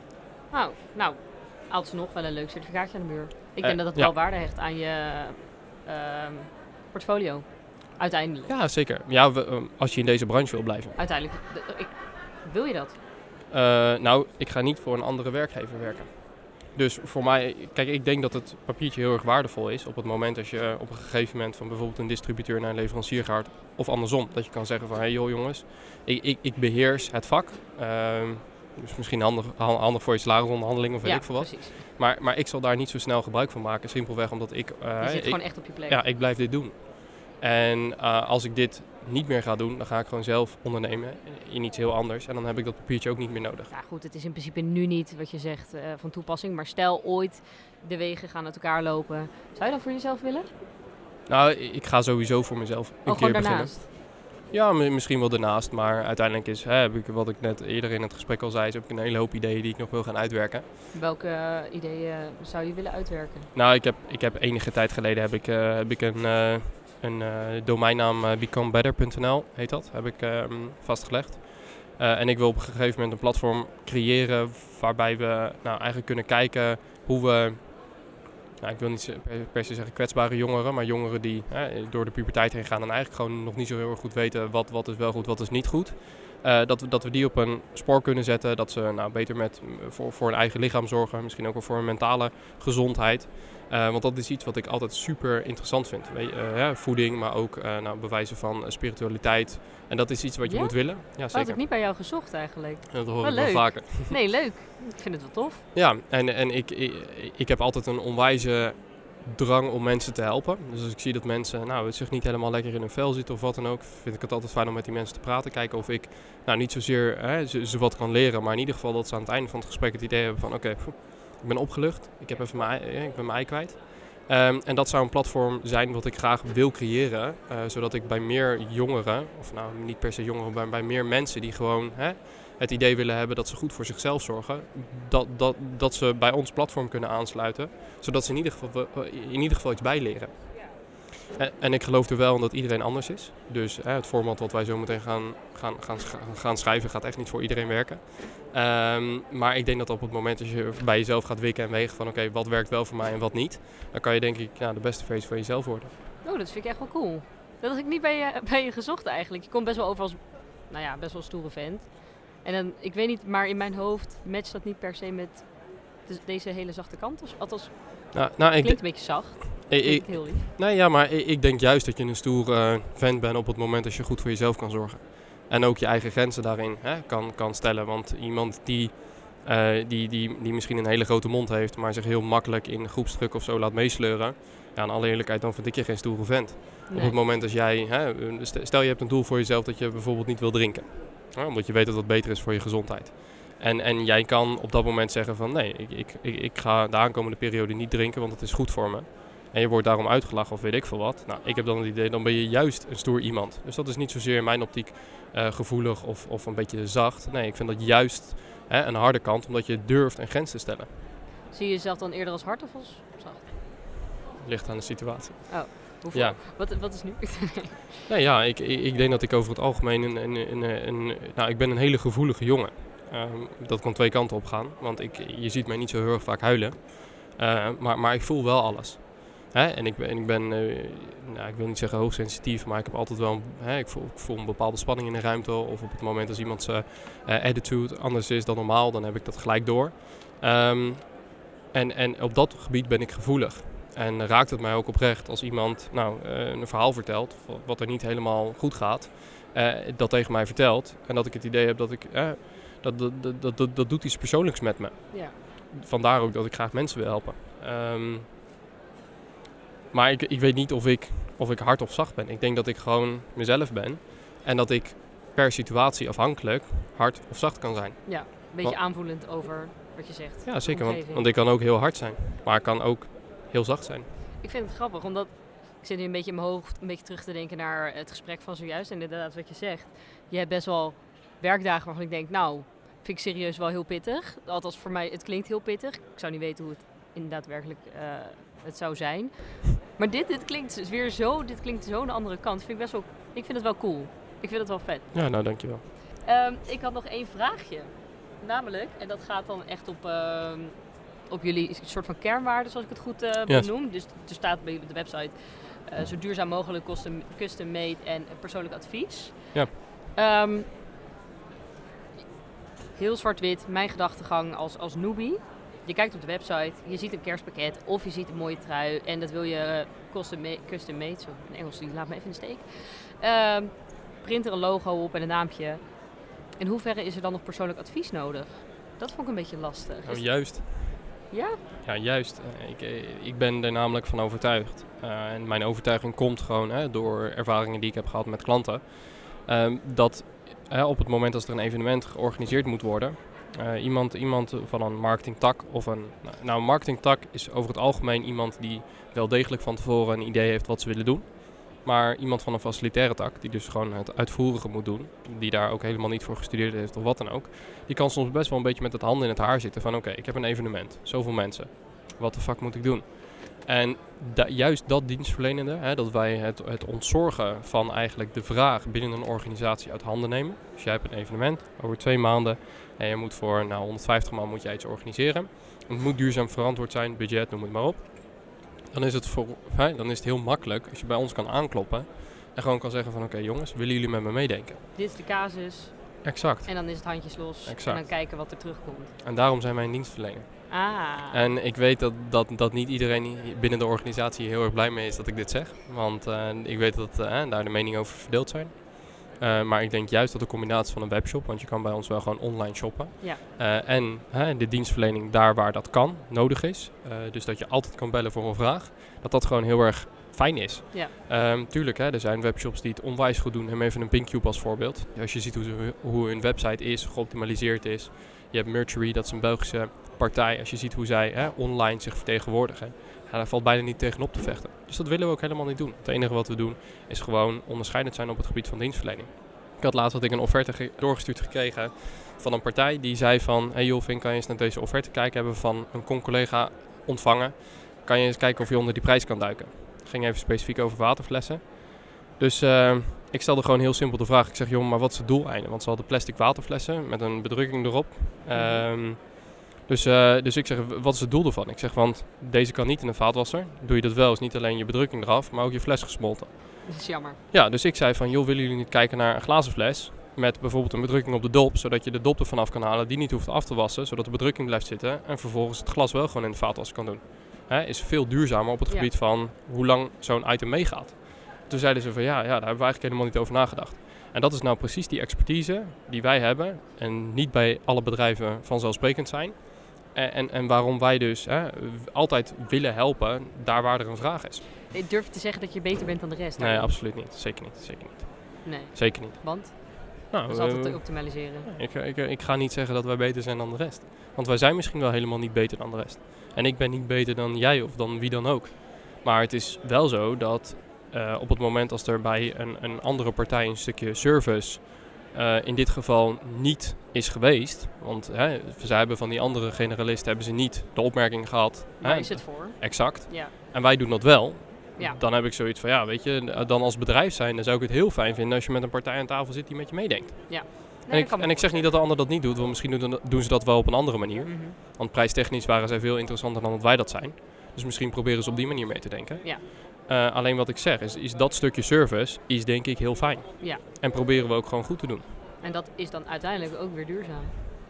Oh, nou, alsnog wel een leuk certificaatje aan de muur. Ik denk uh, dat het ja. wel waarde hecht aan je uh, portfolio. Uiteindelijk. Ja, zeker. Ja, we, uh, als je in deze branche wil blijven. Uiteindelijk. De, ik, wil je dat? Uh, nou, ik ga niet voor een andere werkgever werken. Dus voor mij, kijk, ik denk dat het papiertje heel erg waardevol is op het moment als je op een gegeven moment van bijvoorbeeld een distributeur naar een leverancier gaat. Of andersom, dat je kan zeggen van, hé hey, joh jongens, ik, ik, ik beheers het vak. Uh, dus misschien handig, handig voor je salarisonderhandeling of weet ja, ik veel wat. Precies. Maar, maar ik zal daar niet zo snel gebruik van maken, simpelweg omdat ik... Uh, je zit ik, gewoon echt op je plek. Ja, ik blijf dit doen. En uh, als ik dit niet meer ga doen, dan ga ik gewoon zelf ondernemen in iets heel anders. En dan heb ik dat papiertje ook niet meer nodig. Ja goed, het is in principe nu niet wat je zegt uh, van toepassing. Maar stel ooit de wegen gaan uit elkaar lopen. Zou je dat voor jezelf willen? Nou, ik ga sowieso voor mezelf een oh, keer gewoon beginnen. Daarnaast? Ja, m- misschien wel daarnaast. Maar uiteindelijk is, hè, heb ik, wat ik net eerder in het gesprek al zei, is heb ik een hele hoop ideeën die ik nog wil gaan uitwerken. Welke uh, ideeën zou je willen uitwerken? Nou, ik heb, ik heb enige tijd geleden heb ik, uh, heb ik een, uh, een uh, domeinnaam uh, become better punt n l heet dat, heb ik uh, vastgelegd. Uh, en ik wil op een gegeven moment een platform creëren waarbij we nou, eigenlijk kunnen kijken hoe we, nou, ik wil niet per, per se zeggen kwetsbare jongeren, maar jongeren die hè, door de puberteit heen gaan en eigenlijk gewoon nog niet zo heel erg goed weten wat, wat is wel goed, wat is niet goed. Uh, dat, we, dat we die op een spoor kunnen zetten, dat ze nou, beter met, voor, voor hun eigen lichaam zorgen, misschien ook wel voor hun mentale gezondheid. Uh, want dat is iets wat ik altijd super interessant vind. Weet je, uh, ja, voeding, maar ook uh, nou, bewijzen van uh, spiritualiteit. En dat is iets wat je ja? moet willen. Ja, dat zeker. had ik niet bij jou gezocht eigenlijk. Dat hoor wel ik wel leuk. vaker. Nee, leuk. Ik vind het wel tof. Ja, en, en ik, ik, ik heb altijd een onwijze drang om mensen te helpen. Dus als ik zie dat mensen nou, zich niet helemaal lekker in hun vel zitten of wat dan ook, vind ik het altijd fijn om met die mensen te praten. Kijken of ik nou, niet zozeer hè, ze, ze wat kan leren, maar in ieder geval dat ze aan het einde van het gesprek het idee hebben van oké, okay, ik ben opgelucht, ik, heb even mijn, ei, ik ben mijn ei kwijt. Um, en dat zou een platform zijn wat ik graag wil creëren, uh, zodat ik bij meer jongeren, of nou niet per se jongeren, maar bij meer mensen die gewoon hè, het idee willen hebben dat ze goed voor zichzelf zorgen, dat, dat, dat ze bij ons platform kunnen aansluiten, zodat ze in ieder geval, in ieder geval iets bijleren. En, en ik geloof er wel in dat iedereen anders is. Dus hè, het format wat wij zo meteen gaan, gaan, gaan, gaan schrijven gaat echt niet voor iedereen werken. Um, maar ik denk dat op het moment dat je bij jezelf gaat wikken en wegen van oké, okay, wat werkt wel voor mij en wat niet, dan kan je denk ik nou, de beste versie van jezelf worden. Oh, dat vind ik echt wel cool. Dat had ik niet bij je, bij je gezocht eigenlijk. Je komt best wel over als, nou ja, best wel stoere vent. En dan, ik weet niet, maar in mijn hoofd matcht dat niet per se met de, deze hele zachte kant. Althans, nou, nou, klinkt ik een beetje zacht. Ik, ik, heel lief. Nee, ja, maar ik, ik denk juist dat je een stoer uh, vent bent op het moment dat je goed voor jezelf kan zorgen. En ook je eigen grenzen daarin hè, kan, kan stellen. Want iemand die, uh, die, die, die misschien een hele grote mond heeft, maar zich heel makkelijk in groepsdruk of zo laat meesleuren. Ja, in alle eerlijkheid, dan vind ik je geen stoere vent. Nee. Op het moment dat jij, hè, stel je hebt een doel voor jezelf dat je bijvoorbeeld niet wil drinken. Hè, omdat je weet dat dat beter is voor je gezondheid. En, en jij kan op dat moment zeggen van nee, ik, ik, ik, ik ga de aankomende periode niet drinken, want het is goed voor me. En je wordt daarom uitgelachen of weet ik veel wat. Nou, ik heb dan het idee, dan ben je juist een stoer iemand. Dus dat is niet zozeer in mijn optiek uh, gevoelig of, of een beetje zacht. Nee, ik vind dat juist hè, een harde kant, omdat je durft een grens te stellen. Zie je jezelf dan eerder als hard of als zacht? Ligt aan de situatie. Oh, hoeveel? Ja. Wat, wat is nu? Nee, ja, ik, ik denk dat ik over het algemeen een, een, een, een, een nou, ik ben een hele gevoelige jongen. Um, dat kan twee kanten op gaan, want ik, je ziet mij niet zo heel erg vaak huilen. Uh, maar, maar ik voel wel alles. Hè? En ik ben, ik, ben uh, nou, ik wil niet zeggen hoogsensitief, maar ik heb altijd wel, hè, ik, voel, ik voel een bepaalde spanning in de ruimte. Of op het moment als iemands uh, attitude anders is dan normaal, dan heb ik dat gelijk door. Um, en, en op dat gebied ben ik gevoelig. En raakt het mij ook oprecht als iemand nou, uh, een verhaal vertelt, wat er niet helemaal goed gaat, uh, dat tegen mij vertelt. En dat ik het idee heb dat ik, uh, dat, dat, dat, dat, dat doet iets persoonlijks met me. Ja. Vandaar ook dat ik graag mensen wil helpen. Um, maar ik, ik weet niet of ik, of ik hard of zacht ben. Ik denk dat ik gewoon mezelf ben. En dat ik per situatie afhankelijk hard of zacht kan zijn. Ja, een beetje want, aanvoelend over wat je zegt. Ja, zeker. Want, want ik kan ook heel hard zijn. Maar ik kan ook heel zacht zijn. Ik vind het grappig, omdat ik zit nu een beetje in mijn hoofd een beetje terug te denken naar het gesprek van zojuist. En inderdaad wat je zegt. Je hebt best wel werkdagen waarvan ik denk, nou, vind ik serieus wel heel pittig. Althans voor mij, het klinkt heel pittig. Ik zou niet weten hoe het inderdaad werkelijk uh, het zou zijn. Maar dit, dit klinkt weer zo, dit klinkt zo aan de andere kant. Vind ik, best wel, ik vind het wel cool. Ik vind het wel vet. Ja, nou dankjewel. Um, ik had nog één vraagje. Namelijk, en dat gaat dan echt op, uh, op jullie soort van kernwaarden, zoals ik het goed uh, benoem. Yes. Dus er staat bij de website uh, zo duurzaam mogelijk, custom, custom made en persoonlijk advies. Ja. Um, heel zwart-wit, mijn gedachtegang als, als newbie. Je kijkt op de website, je ziet een kerstpakket of je ziet een mooie trui en dat wil je custom made, custom made zo in Engels, die laat me even in de steek. Uh, print er een logo op en een naampje. In hoeverre is er dan nog persoonlijk advies nodig? Dat vond ik een beetje lastig. Nou, juist. Ja? Ja, juist. Uh, ik, uh, ik ben er namelijk van overtuigd. Uh, en mijn overtuiging komt gewoon uh, door ervaringen die ik heb gehad met klanten. Uh, dat uh, op het moment als er een evenement georganiseerd moet worden, uh, iemand, iemand van een marketingtak of een... Nou, een marketingtak is over het algemeen iemand die wel degelijk van tevoren een idee heeft wat ze willen doen. Maar iemand van een facilitaire tak, die dus gewoon het uitvoerige moet doen, die daar ook helemaal niet voor gestudeerd heeft of wat dan ook, die kan soms best wel een beetje met het handen in het haar zitten van oké, okay, ik heb een evenement, zoveel mensen, wat de fuck moet ik doen? En da- juist dat dienstverlenende, hè, dat wij het, het ontzorgen van eigenlijk de vraag binnen een organisatie uit handen nemen. Dus jij hebt een evenement over twee maanden en je moet voor nou, honderdvijftig man moet jij iets organiseren. Het moet duurzaam verantwoord zijn, budget, noem het maar op. Dan is, het voor, hè, dan is het heel makkelijk als je bij ons kan aankloppen en gewoon kan zeggen van oké okay, jongens, willen jullie met me meedenken? Dit is de casus. Exact. En dan is het handjes los Exact. En dan kijken wat er terugkomt. En daarom zijn wij een dienstverlener. Ah. En ik weet dat, dat, dat niet iedereen binnen de organisatie heel erg blij mee is dat ik dit zeg. Want uh, ik weet dat uh, daar de meningen over verdeeld zijn. Uh, maar ik denk juist dat de combinatie van een webshop, want je kan bij ons wel gewoon online shoppen. Ja. Uh, en uh, de dienstverlening daar waar dat kan, nodig is. Uh, dus dat je altijd kan bellen voor een vraag. Dat dat gewoon heel erg fijn is. Ja. Um, tuurlijk, hè, er zijn webshops die het onwijs goed doen. Neem even een Pinkcube als voorbeeld. Als je ziet hoe, ze, hoe hun website is, geoptimaliseerd is. Je hebt Mercury, dat is een Belgische partij. Als je ziet hoe zij hè, online zich vertegenwoordigen. Ja, daar valt bijna niet tegen op te vechten. Dus dat willen we ook helemaal niet doen. Het enige wat we doen is gewoon onderscheidend zijn op het gebied van dienstverlening. Ik had laatst had ik een offerte ge- doorgestuurd gekregen van een partij die zei van... Hey joh, Vin, kan je eens naar deze offerte kijken? Hebben we van een con-collega ontvangen. Kan je eens kijken of je onder die prijs kan duiken? Het ging even specifiek over waterflessen. Dus uh, ik stelde gewoon heel simpel de vraag. Ik zeg, joh, maar wat is het doeleinde? Want ze hadden plastic waterflessen met een bedrukking erop. Um, dus, uh, dus ik zeg, wat is het doel ervan? Ik zeg, want deze kan niet in een vaatwasser. Doe je dat wel, is niet alleen je bedrukking eraf, maar ook je fles gesmolten. Dat is jammer. Ja, dus ik zei van, joh, willen jullie niet kijken naar een glazen fles met bijvoorbeeld een bedrukking op de dop, zodat je de dop ervan af kan halen, die niet hoeft af te wassen, zodat de bedrukking blijft zitten en vervolgens het glas wel gewoon in de vaatwasser kan doen. Hè, is veel duurzamer op het ja. gebied van hoe lang zo'n item meegaat. Toen zeiden ze van, ja, ja, daar hebben we eigenlijk helemaal niet over nagedacht. En dat is nou precies die expertise die wij hebben en niet bij alle bedrijven vanzelfsprekend zijn. En, en, en waarom wij dus hè, altijd willen helpen daar waar er een vraag is. Ik durf te zeggen dat je beter bent dan de rest? Nee, daarin? absoluut niet. Zeker niet. Zeker niet. Nee. Zeker niet. Want? Nou, dat is altijd uh, te optimaliseren. Ik, ik, ik ga niet zeggen dat wij beter zijn dan de rest. Want wij zijn misschien wel helemaal niet beter dan de rest. En ik ben niet beter dan jij of dan wie dan ook. Maar het is wel zo dat uh, op het moment als er bij een, een andere partij een stukje service uh, in dit geval niet is geweest. Want hè, zij hebben van die andere generalisten hebben ze niet de opmerking gehad. Waar hè, is het voor? Exact. Ja. En wij doen dat wel. Ja. Dan heb ik zoiets van, ja, weet je, dan als bedrijf zijn, dan zou ik het heel fijn vinden als je met een partij aan tafel zit die met je meedenkt. Ja. Nee, en ik, en ik zeg niet dat de ander dat niet doet, want misschien doen, doen ze dat wel op een andere manier. Mm-hmm. Want prijstechnisch waren zij veel interessanter dan dat wij dat zijn. Dus misschien proberen ze op die manier mee te denken. Ja. Uh, alleen wat ik zeg, is, is dat stukje service is denk ik heel fijn. Ja. En proberen we ook gewoon goed te doen. En dat is dan uiteindelijk ook weer duurzaam.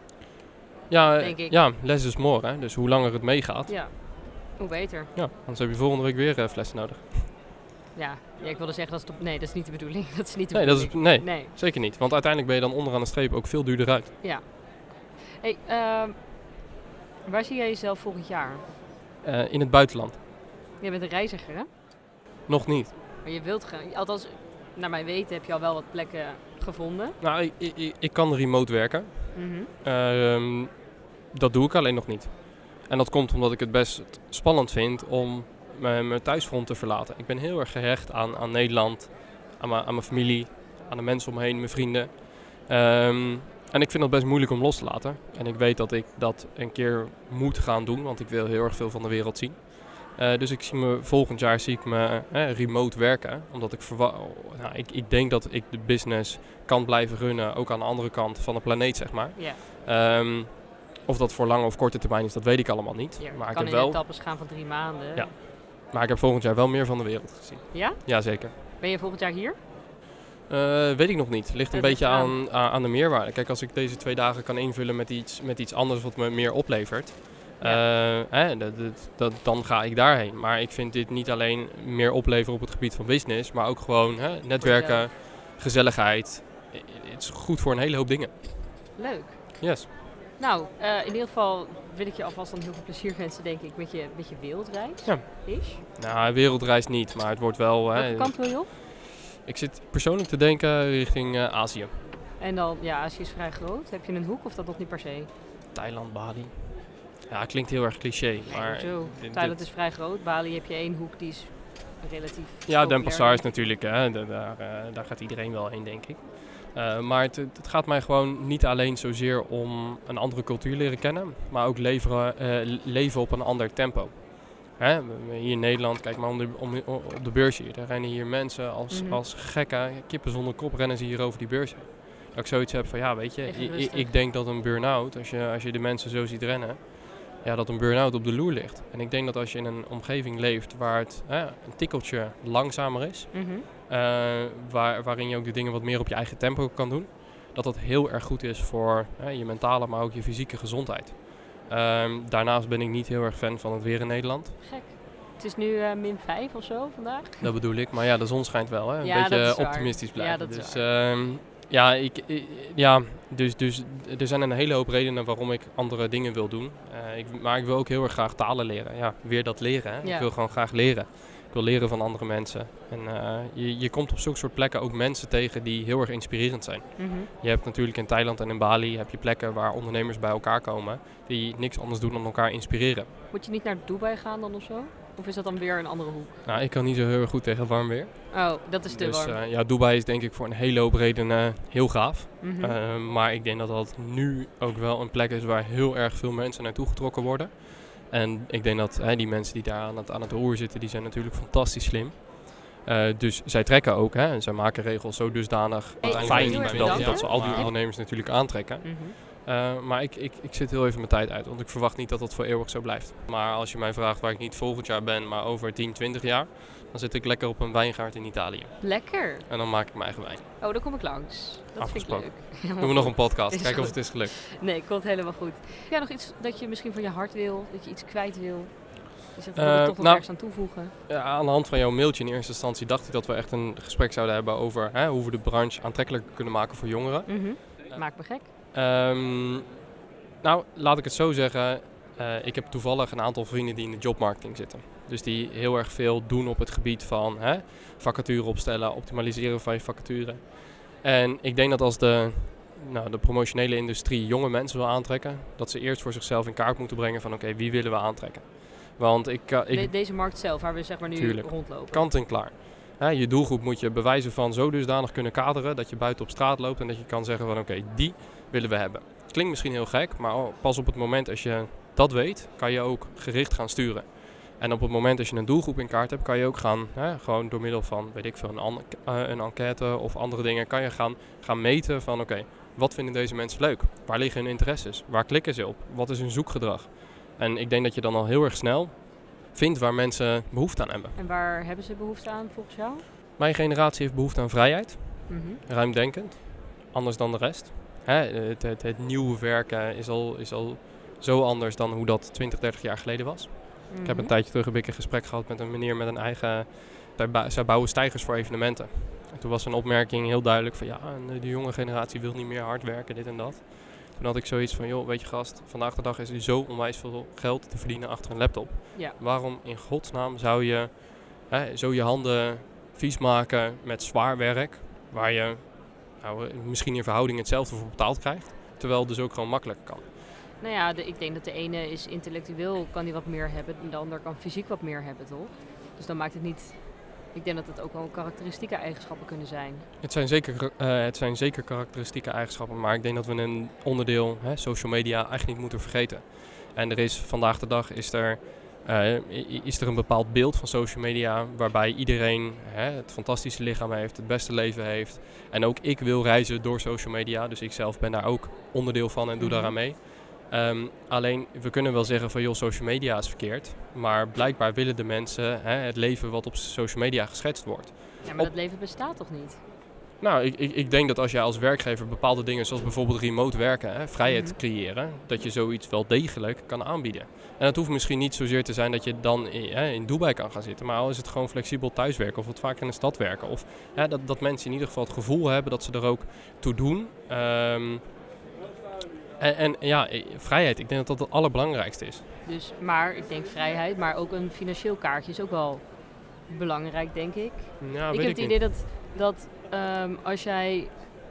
Ja, denk ik. ja, less is more. Hè? Dus hoe langer het meegaat, Ja, hoe beter. ja, anders heb je volgende week weer uh, flessen nodig. Ja. ja, ik wilde zeggen, dat is top. Nee, dat is niet de bedoeling. Dat is niet de Nee, dat is, bedoeling. nee, nee, zeker niet. Want uiteindelijk ben je dan onderaan de streep ook veel duurder uit. Ja. Hey, uh, waar zie jij jezelf volgend jaar? Uh, in het buitenland. Jij bent een reiziger, hè? Nog niet. Maar je wilt gaan. Althans, naar mijn weten heb je al wel wat plekken gevonden. Nou, ik, ik, ik kan remote werken. Mm-hmm. Uh, dat doe ik alleen nog niet. En dat komt omdat ik het best spannend vind om mijn thuisfront te verlaten. Ik ben heel erg gehecht aan, aan Nederland, aan mijn, aan mijn familie, aan de mensen om me heen, mijn vrienden. Um, en ik vind dat best moeilijk om los te laten. En ik weet dat ik dat een keer moet gaan doen, want ik wil heel erg veel van de wereld zien. Uh, dus ik zie me volgend jaar zie ik me eh, remote werken. Omdat ik, verwa- nou, ik, ik denk dat ik de business kan blijven runnen, ook aan de andere kant van de planeet, zeg maar. Yeah. Um, of dat voor lange of korte termijn is, dat weet ik allemaal niet. Ja, maar ik kan heb in wel, etappes gaan van drie maanden. Ja. Maar ik heb volgend jaar wel meer van de wereld gezien. Ja? Jazeker. Ben je volgend jaar hier? Uh, weet ik nog niet. Ligt een dat beetje aan. aan, aan, aan de meerwaarde. Kijk, als ik deze twee dagen kan invullen met iets, met iets anders wat me meer oplevert, ja. uh, eh, dat, dat, dat, dan ga ik daarheen. Maar ik vind dit niet alleen meer opleveren op het gebied van business, maar ook gewoon hè, netwerken, gezelligheid. Het is goed voor een hele hoop dingen. Leuk. Yes. Nou, uh, in ieder geval wil ik je alvast dan heel veel plezier wensen, denk ik, met je, met je wereldreis. Ja. Is? Nou, wereldreis niet, maar het wordt wel... Welke hè, kant wil je op? Ik zit persoonlijk te denken richting uh, Azië. En dan, ja, Azië is vrij groot. Heb je een hoek of dat nog niet per se? Thailand, Bali. Ja, klinkt heel erg cliché, Nee, maar... zo. dit- Thailand dit- is vrij groot. Bali heb je één hoek, die is relatief Ja, Den populair. Pasar is natuurlijk, hè, da- daar, uh, daar gaat iedereen wel heen, denk ik. Uh, maar het, het gaat mij gewoon niet alleen zozeer om een andere cultuur leren kennen, maar ook leveren, uh, leven op een ander tempo. Hè? Hier in Nederland, kijk maar om de, om, op de beurs hier, daar rennen hier mensen als, Mhm. als gekken, kippen zonder kop rennen ze hier over die beurs heen. Dat ik zoiets heb van, ja weet je, Even ik, rustig. ik denk dat een burn-out, als je, als je de mensen zo ziet rennen, ja, dat een burn-out op de loer ligt. En ik denk dat als je in een omgeving leeft waar het hè, een tikkeltje langzamer is, Mhm. Uh, waar, waarin je ook de dingen wat meer op je eigen tempo kan doen. Dat dat heel erg goed is voor hè, je mentale, maar ook je fysieke gezondheid. Um, daarnaast ben ik niet heel erg fan van het weer in Nederland. Gek. Het is nu uh, min vijf of zo vandaag. Dat bedoel ik. Maar ja, de zon schijnt wel. Hè? Een Ja, dat beetje is waar. optimistisch blijven. Ja, dat is dus, waar. um, ja, ik, ik, ja dus, dus er zijn een hele hoop redenen waarom ik andere dingen wil doen. Uh, ik, maar ik wil ook heel erg graag talen leren. Ja, weer dat leren. Hè? Ja. Ik wil gewoon graag leren. Ik wil leren van andere mensen. En uh, je, je komt op zulke soort plekken ook mensen tegen die heel erg inspirerend zijn. Mm-hmm. Je hebt natuurlijk in Thailand en in Bali heb je plekken waar ondernemers bij elkaar komen die niks anders doen dan elkaar inspireren. Moet je niet naar Dubai gaan dan of zo? Of is dat dan weer een andere hoek? Nou, ik kan niet zo heel erg goed tegen warm weer. Oh, dat is te Dus warm. uh, ja, Dubai is denk ik voor een hele hoop redenen heel gaaf. Mm-hmm. Uh, maar ik denk dat dat nu ook wel een plek is waar heel erg veel mensen naartoe getrokken worden. En ik denk dat hè, die mensen die daar aan het, aan het roer zitten, die zijn natuurlijk fantastisch slim. Uh, dus zij trekken ook, hè, en zij maken regels zo dusdanig Hey, fijn heel erg dat, bedankt, dat ze al die maar- ondernemers natuurlijk aantrekken. Mm-hmm. Uh, maar ik, ik, ik zit heel even mijn tijd uit, want ik verwacht niet dat dat voor eeuwig zo blijft. Maar als je mij vraagt waar ik niet volgend jaar ben, maar over tien, twintig jaar, dan zit ik lekker op een wijngaard in Italië. Lekker. En dan maak ik mijn eigen wijn. Oh, dan kom ik langs. Dat Afgesproken. vind ik leuk. Doen we nog een podcast, Is kijken of goed. het is gelukt. Nee, komt helemaal goed. Heb jij nog iets dat je misschien van je hart wil? Dat je iets kwijt wil? Je zegt, ik Uh, wil er toch nog nou- ergens aan toevoegen. Ja, aan de hand van jouw mailtje in eerste instantie dacht ik dat we echt een gesprek zouden hebben over hè, hoe we de branche aantrekkelijker kunnen maken voor jongeren. Mm-hmm. Maak me gek. Um, nou, laat ik het zo zeggen. Uh, ik heb toevallig een aantal vrienden die in de jobmarketing zitten. Dus die heel erg veel doen op het gebied van hè, vacature opstellen, optimaliseren van je vacature. En ik denk dat als de, nou, de promotionele industrie jonge mensen wil aantrekken, dat ze eerst voor zichzelf in kaart moeten brengen van oké, okay, wie willen we aantrekken? Want ik, uh, ik De- deze markt zelf, waar we zeg maar nu Tuurlijk. rondlopen. kant en klaar. Hè, je doelgroep moet je bewijzen van zo dusdanig kunnen kaderen dat je buiten op straat loopt en dat je kan zeggen van oké, okay, die willen we hebben. Klinkt misschien heel gek, maar oh, pas op het moment als je dat weet, kan je ook gericht gaan sturen. En op het moment als je een doelgroep in kaart hebt, kan je ook gaan, hè, gewoon door middel van, weet ik veel, een, an- uh, een enquête of andere dingen, kan je gaan, gaan meten van oké, okay, wat vinden deze mensen leuk? Waar liggen hun interesses? Waar klikken ze op? Wat is hun zoekgedrag? En ik denk dat je dan al heel erg snel vindt waar mensen behoefte aan hebben. En waar hebben ze behoefte aan volgens jou? Mijn generatie heeft behoefte aan vrijheid, Mm-hmm. ruimdenkend, anders dan de rest. Hè, het, het, het nieuwe werken is al, is al zo anders dan hoe dat twintig, dertig jaar geleden was. Mm-hmm. Ik heb een tijdje terug heb ik een gesprek gehad met een meneer met een eigen... Zij, ba- zij bouwen stijgers voor evenementen. En toen was een opmerking heel duidelijk van ja, en de jonge generatie wil niet meer hard werken, dit en dat. Toen had ik zoiets van, joh, weet je gast, vandaag de dag is er zo onwijs veel geld te verdienen achter een laptop. Ja. Waarom in godsnaam zou je hè, zo je handen vies maken met zwaar werk, waar je nou, misschien in verhouding hetzelfde voor betaald krijgt, terwijl het dus ook gewoon makkelijker kan. Nou ja, de, ik denk dat de ene is intellectueel, kan die wat meer hebben. En de ander kan fysiek wat meer hebben, toch? Dus dan maakt het niet... Ik denk dat het ook wel karakteristieke eigenschappen kunnen zijn. Het zijn zeker, uh, het zijn zeker karakteristieke eigenschappen, maar ik denk dat we een onderdeel, hè, social media, eigenlijk niet moeten vergeten. En er is vandaag de dag is er, uh, is er een bepaald beeld van social media waarbij iedereen hè, het fantastische lichaam heeft, het beste leven heeft. En ook ik wil reizen door social media, dus ik zelf ben daar ook onderdeel van en doe Mhm. daaraan mee. Um, alleen, we kunnen wel zeggen van joh, social media is verkeerd. Maar blijkbaar willen de mensen hè, het leven wat op social media geschetst wordt. Ja, maar Op- dat leven bestaat toch niet? Nou, ik, ik, ik denk dat als jij als werkgever bepaalde dingen zoals bijvoorbeeld remote werken, hè, vrijheid Mhm. creëren, dat je zoiets wel degelijk kan aanbieden. En het hoeft misschien niet zozeer te zijn dat je dan in, hè, in Dubai kan gaan zitten, maar al is het gewoon flexibel thuiswerken of wat vaker in de stad werken. Of hè, dat, dat mensen in ieder geval het gevoel hebben dat ze er ook toe doen. Um, En, en ja, vrijheid, ik denk dat dat het allerbelangrijkste is. Dus, maar ik denk vrijheid, maar ook een financieel kaartje is ook wel belangrijk, denk ik. Ja, ik weet heb het ik idee dat, dat um, als jij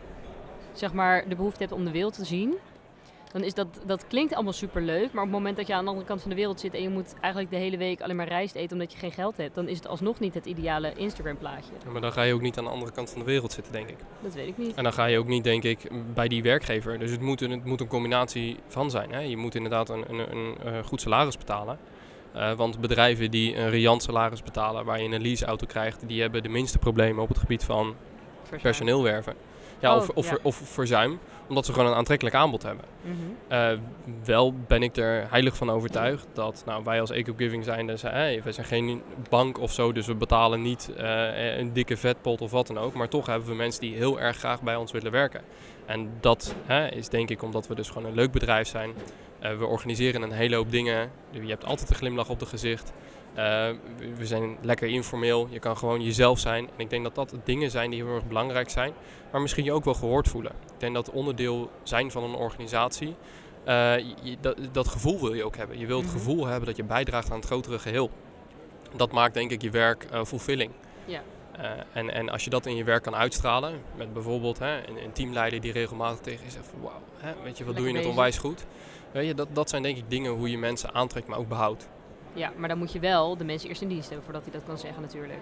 zeg maar de behoefte hebt om de wereld te zien, dan is dat, dat klinkt allemaal superleuk, maar op het moment dat je aan de andere kant van de wereld zit en je moet eigenlijk de hele week alleen maar rijst eten omdat je geen geld hebt, dan is het alsnog niet het ideale Instagram plaatje. Ja, maar dan ga je ook niet aan de andere kant van de wereld zitten, denk ik. Dat weet ik niet. En dan ga je ook niet, denk ik, bij die werkgever. Dus het moet een, het moet een combinatie van zijn. Hè? Je moet inderdaad een, een, een, een goed salaris betalen. Uh, want bedrijven die een riant salaris betalen, waar je een leaseauto krijgt, die hebben de minste problemen op het gebied van Verzuim. personeel werven. Ja, oh, of, of, ja. of verzuim, omdat ze gewoon een aantrekkelijk aanbod hebben. Mm-hmm. Uh, wel ben ik er heilig van overtuigd dat nou, wij als EcoGiving zijn, zijn hey, wij zijn geen bank of zo, dus we betalen niet uh, een dikke vetpot of wat dan ook. Maar toch hebben we mensen die heel erg graag bij ons willen werken. En dat hè, is denk ik omdat we dus gewoon een leuk bedrijf zijn. Uh, we organiseren een hele hoop dingen. Je hebt altijd een glimlach op het gezicht. Uh, we zijn lekker informeel. Je kan gewoon jezelf zijn. En ik denk dat dat dingen zijn die heel erg belangrijk zijn. Maar misschien je ook wel gehoord voelen. Ik denk dat onderdeel zijn van een organisatie. Uh, je, dat, dat gevoel wil je ook hebben. Je wilt het Mm-hmm. gevoel hebben dat je bijdraagt aan het grotere geheel. Dat maakt denk ik je werk uh, fulfilling. Ja. Uh, en, en als je dat in je werk kan uitstralen. Met bijvoorbeeld hè, een, een teamleider die regelmatig tegen je zegt van wauw, hè, weet je, wat doe je het onwijs goed. Weet je, dat, dat zijn denk ik dingen hoe je mensen aantrekt, maar ook behoudt. Ja, maar dan moet je wel de mensen eerst in dienst hebben voordat hij dat kan zeggen natuurlijk.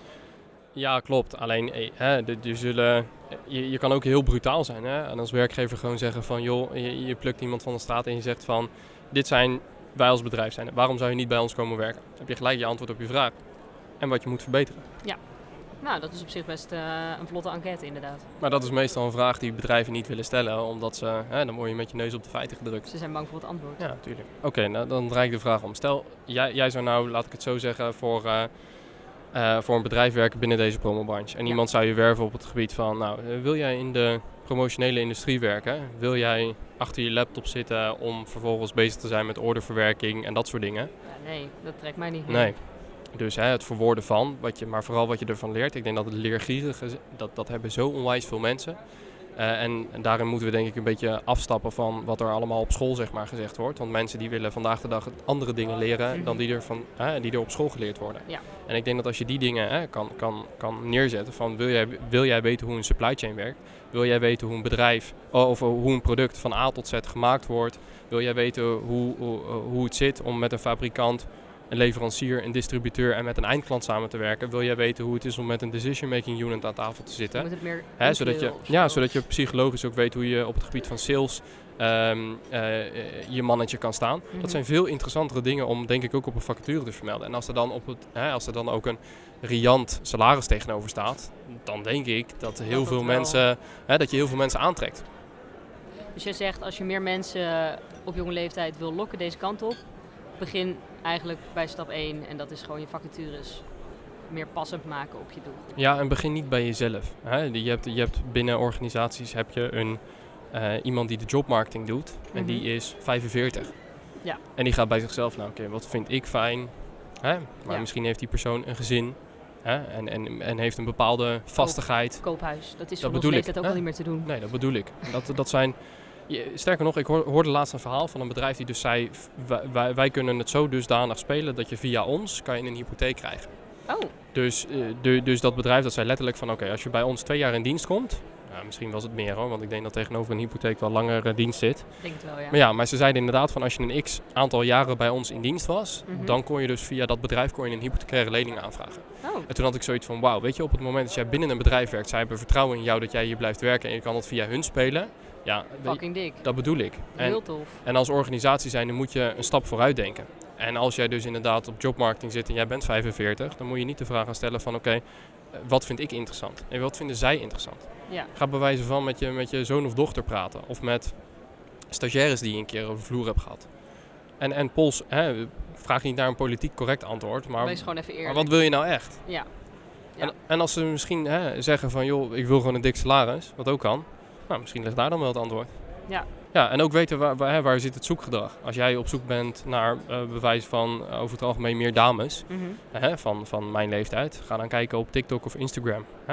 Ja, klopt. Alleen, hè, de, de zullen, je, je kan ook heel brutaal zijn. Hè? En als werkgever gewoon zeggen van, joh, je, je plukt iemand van de straat en je zegt van, dit zijn wij als bedrijf zijn. Waarom zou je niet bij ons komen werken? Dan heb je gelijk je antwoord op je vraag. En wat je moet verbeteren. Ja, nou dat is op zich best uh, een vlotte enquête inderdaad. Maar dat is meestal een vraag die bedrijven niet willen stellen, omdat ze, hè, dan word je met je neus op de feiten gedrukt. Ze zijn bang voor het antwoord. Ja, natuurlijk. Oké, okay, nou, dan draai ik de vraag om. Stel, jij, jij zou nou, laat ik het zo zeggen, voor... Uh, Uh, voor een bedrijf werken binnen deze promobranche. En ja. iemand zou je werven op het gebied van, nou, uh, wil jij in de promotionele industrie werken? Wil jij achter je laptop zitten om vervolgens bezig te zijn met orderverwerking en dat soort dingen? Ja, nee, dat trekt mij niet. Nee. nee. Dus hè, het verwoorden van, wat je, maar vooral wat je ervan leert. Ik denk dat het leergierige, dat, dat hebben zo onwijs veel mensen. Uh, en, en daarin moeten we denk ik een beetje afstappen van wat er allemaal op school zeg maar, gezegd wordt. Want mensen die willen vandaag de dag andere dingen leren mm-hmm. dan die er, van, uh, die er op school geleerd worden. Ja. En ik denk dat als je die dingen uh, kan, kan, kan neerzetten van wil jij, wil jij weten hoe een supply chain werkt? Wil jij weten hoe een bedrijf of hoe een product van A tot Z gemaakt wordt? Wil jij weten hoe, hoe, hoe het zit om met een fabrikant, een leverancier, een distributeur en met een eindklant samen te werken? Wil jij weten hoe het is om met een decision-making unit aan tafel te zitten? Je moet het meer Hè, zodat je, ja, zodat je psychologisch ook weet hoe je op het gebied van sales um, uh, je mannetje kan staan. Mm-hmm. Dat zijn veel interessantere dingen om denk ik ook op een vacature te vermelden. En als er dan, op het, hè, als er dan ook een riant salaris tegenover staat, dan denk ik dat, heel dat veel mensen, hè, dat je heel veel mensen aantrekt. Dus jij zegt als je meer mensen op jonge leeftijd wil lokken deze kant op, begin eigenlijk bij stap één en dat is gewoon je vacatures meer passend maken op je doel. Ja, en begin niet bij jezelf. Hè? Je, hebt, je hebt binnen organisaties heb je een, uh, iemand die de jobmarketing doet en mm-hmm. die is vijfenveertig. Ja. En die gaat bij zichzelf, nou oké, okay, wat vind ik fijn? Hè? Maar ja. misschien heeft die persoon een gezin hè? En, en, en heeft een bepaalde vastigheid. Koop, koophuis, dat is dat voor onze leeftijd ook hè? al niet meer te doen. Nee, dat bedoel ik. Dat, dat zijn... Je, sterker nog, ik hoor, hoorde laatst een verhaal van een bedrijf die dus zei, wij, wij, wij kunnen het zo dusdanig spelen dat je via ons kan je een hypotheek krijgen. Oh. Dus, uh, de, dus dat bedrijf dat zei letterlijk van oké, okay, als je bij ons twee jaar in dienst komt, nou, misschien was het meer hoor, want ik denk dat tegenover een hypotheek wel langer uh, dienst zit. Ik denk het wel, ja. Maar ja, maar ze zeiden inderdaad van als je een x aantal jaren bij ons in dienst was, mm-hmm. dan kon je dus via dat bedrijf kon je een hypothecaire lening aanvragen. Oh. En toen had ik zoiets van wauw, weet je, op het moment dat jij binnen een bedrijf werkt, zij hebben vertrouwen in jou dat jij hier blijft werken en je kan dat via hun spelen. Ja, fucking dik. Dat bedoel ik. En, heel tof. En als organisatie zijnde moet je een stap vooruit denken. En als jij dus inderdaad op jobmarketing zit en jij bent vijfenveertig, dan moet je niet de vraag gaan stellen van oké, okay, wat vind ik interessant? En wat vinden zij interessant? Ja. Ga bij wijze van met je, met je zoon of dochter praten. Of met stagiaires die je een keer over de vloer hebt gehad. En, en Pols, hè, vraag niet naar een politiek correct antwoord, maar, wees gewoon even eerlijk. Maar wat wil je nou echt? Ja. Ja. En, en als ze misschien hè, zeggen van joh, ik wil gewoon een dik salaris, wat ook kan. Nou, misschien ligt daar dan wel het antwoord. Ja. Ja, en ook weten waar, waar, waar zit het zoekgedrag. Als jij op zoek bent naar uh, bewijs van uh, over het algemeen meer dames mm-hmm. hè, van, van mijn leeftijd, ga dan kijken op TikTok of Instagram. Hè?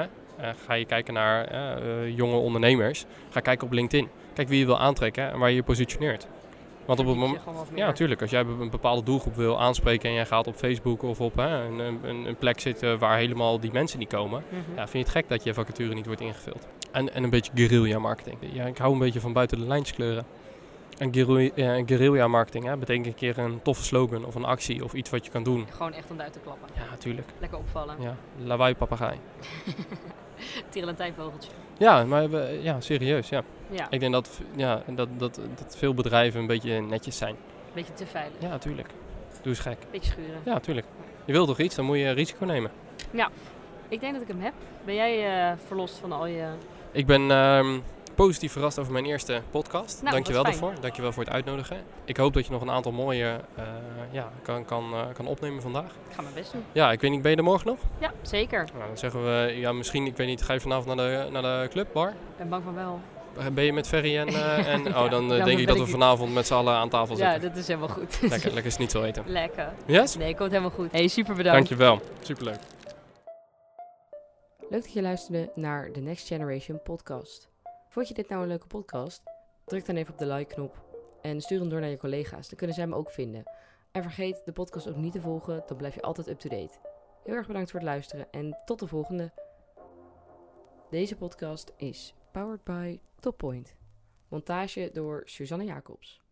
Uh, ga je kijken naar uh, uh, jonge ondernemers. Ga kijken op LinkedIn. Kijk wie je wil aantrekken en waar je je positioneert. Want op het moment, ja, natuurlijk. Als jij een bepaalde doelgroep wil aanspreken en jij gaat op Facebook of op hè, een, een, een plek zitten waar helemaal die mensen niet komen, mm-hmm. ja, vind je het gek dat je vacature niet wordt ingevuld. En, en een beetje guerrilla marketing. Ja, ik hou een beetje van buiten de lijntjes kleuren. En guerrilla, guerrilla marketing hè, betekent een keer een toffe slogan of een actie of iets wat je kan doen. Gewoon echt om uit te klappen. Ja, natuurlijk. Lekker opvallen. Ja, lawaai papegaai. Tierenlantijnvogeltje. Ja, maar we, ja, serieus, ja. ja. Ik denk dat, ja, dat, dat, dat veel bedrijven een beetje netjes zijn. Beetje te veilig. Ja, tuurlijk. Doe eens gek. Beetje schuren. Ja, tuurlijk. Je wil toch iets, dan moet je risico nemen. Ja, ik denk dat ik hem heb. Ben jij uh, verlost van al je... Ik ben uh, positief verrast over mijn eerste podcast. Nou, Dankjewel daarvoor. Dankjewel voor het uitnodigen. Ik hoop dat je nog een aantal mooie uh, ja, kan, kan, uh, kan opnemen vandaag. Ik ga mijn best doen. Ja, ik weet niet, ben je er morgen nog? Ja, zeker. Nou, dan zeggen we, ja, misschien, ik weet niet, ga je vanavond naar de, naar de club, bar? Ik ben bang van wel. Ben je met Ferry en... Uh, en oh, dan uh, ja, denk ik dat we vanavond met z'n allen aan tafel zitten. Ja, dat is helemaal goed. Lekker, lekker schnitzel eten. Lekker. Yes? Nee, komt helemaal goed. Hey, super bedankt. Dankjewel. Superleuk. Leuk dat je luisterde naar de Next Generation podcast. Vond je dit nou een leuke podcast? Druk dan even op de like-knop en stuur hem door naar je collega's. Dan kunnen zij hem ook vinden. En vergeet de podcast ook niet te volgen, dan blijf je altijd up-to-date. Heel erg bedankt voor het luisteren en tot de volgende. Deze podcast is powered by Toppoint. Montage door Suzanne Jacobs.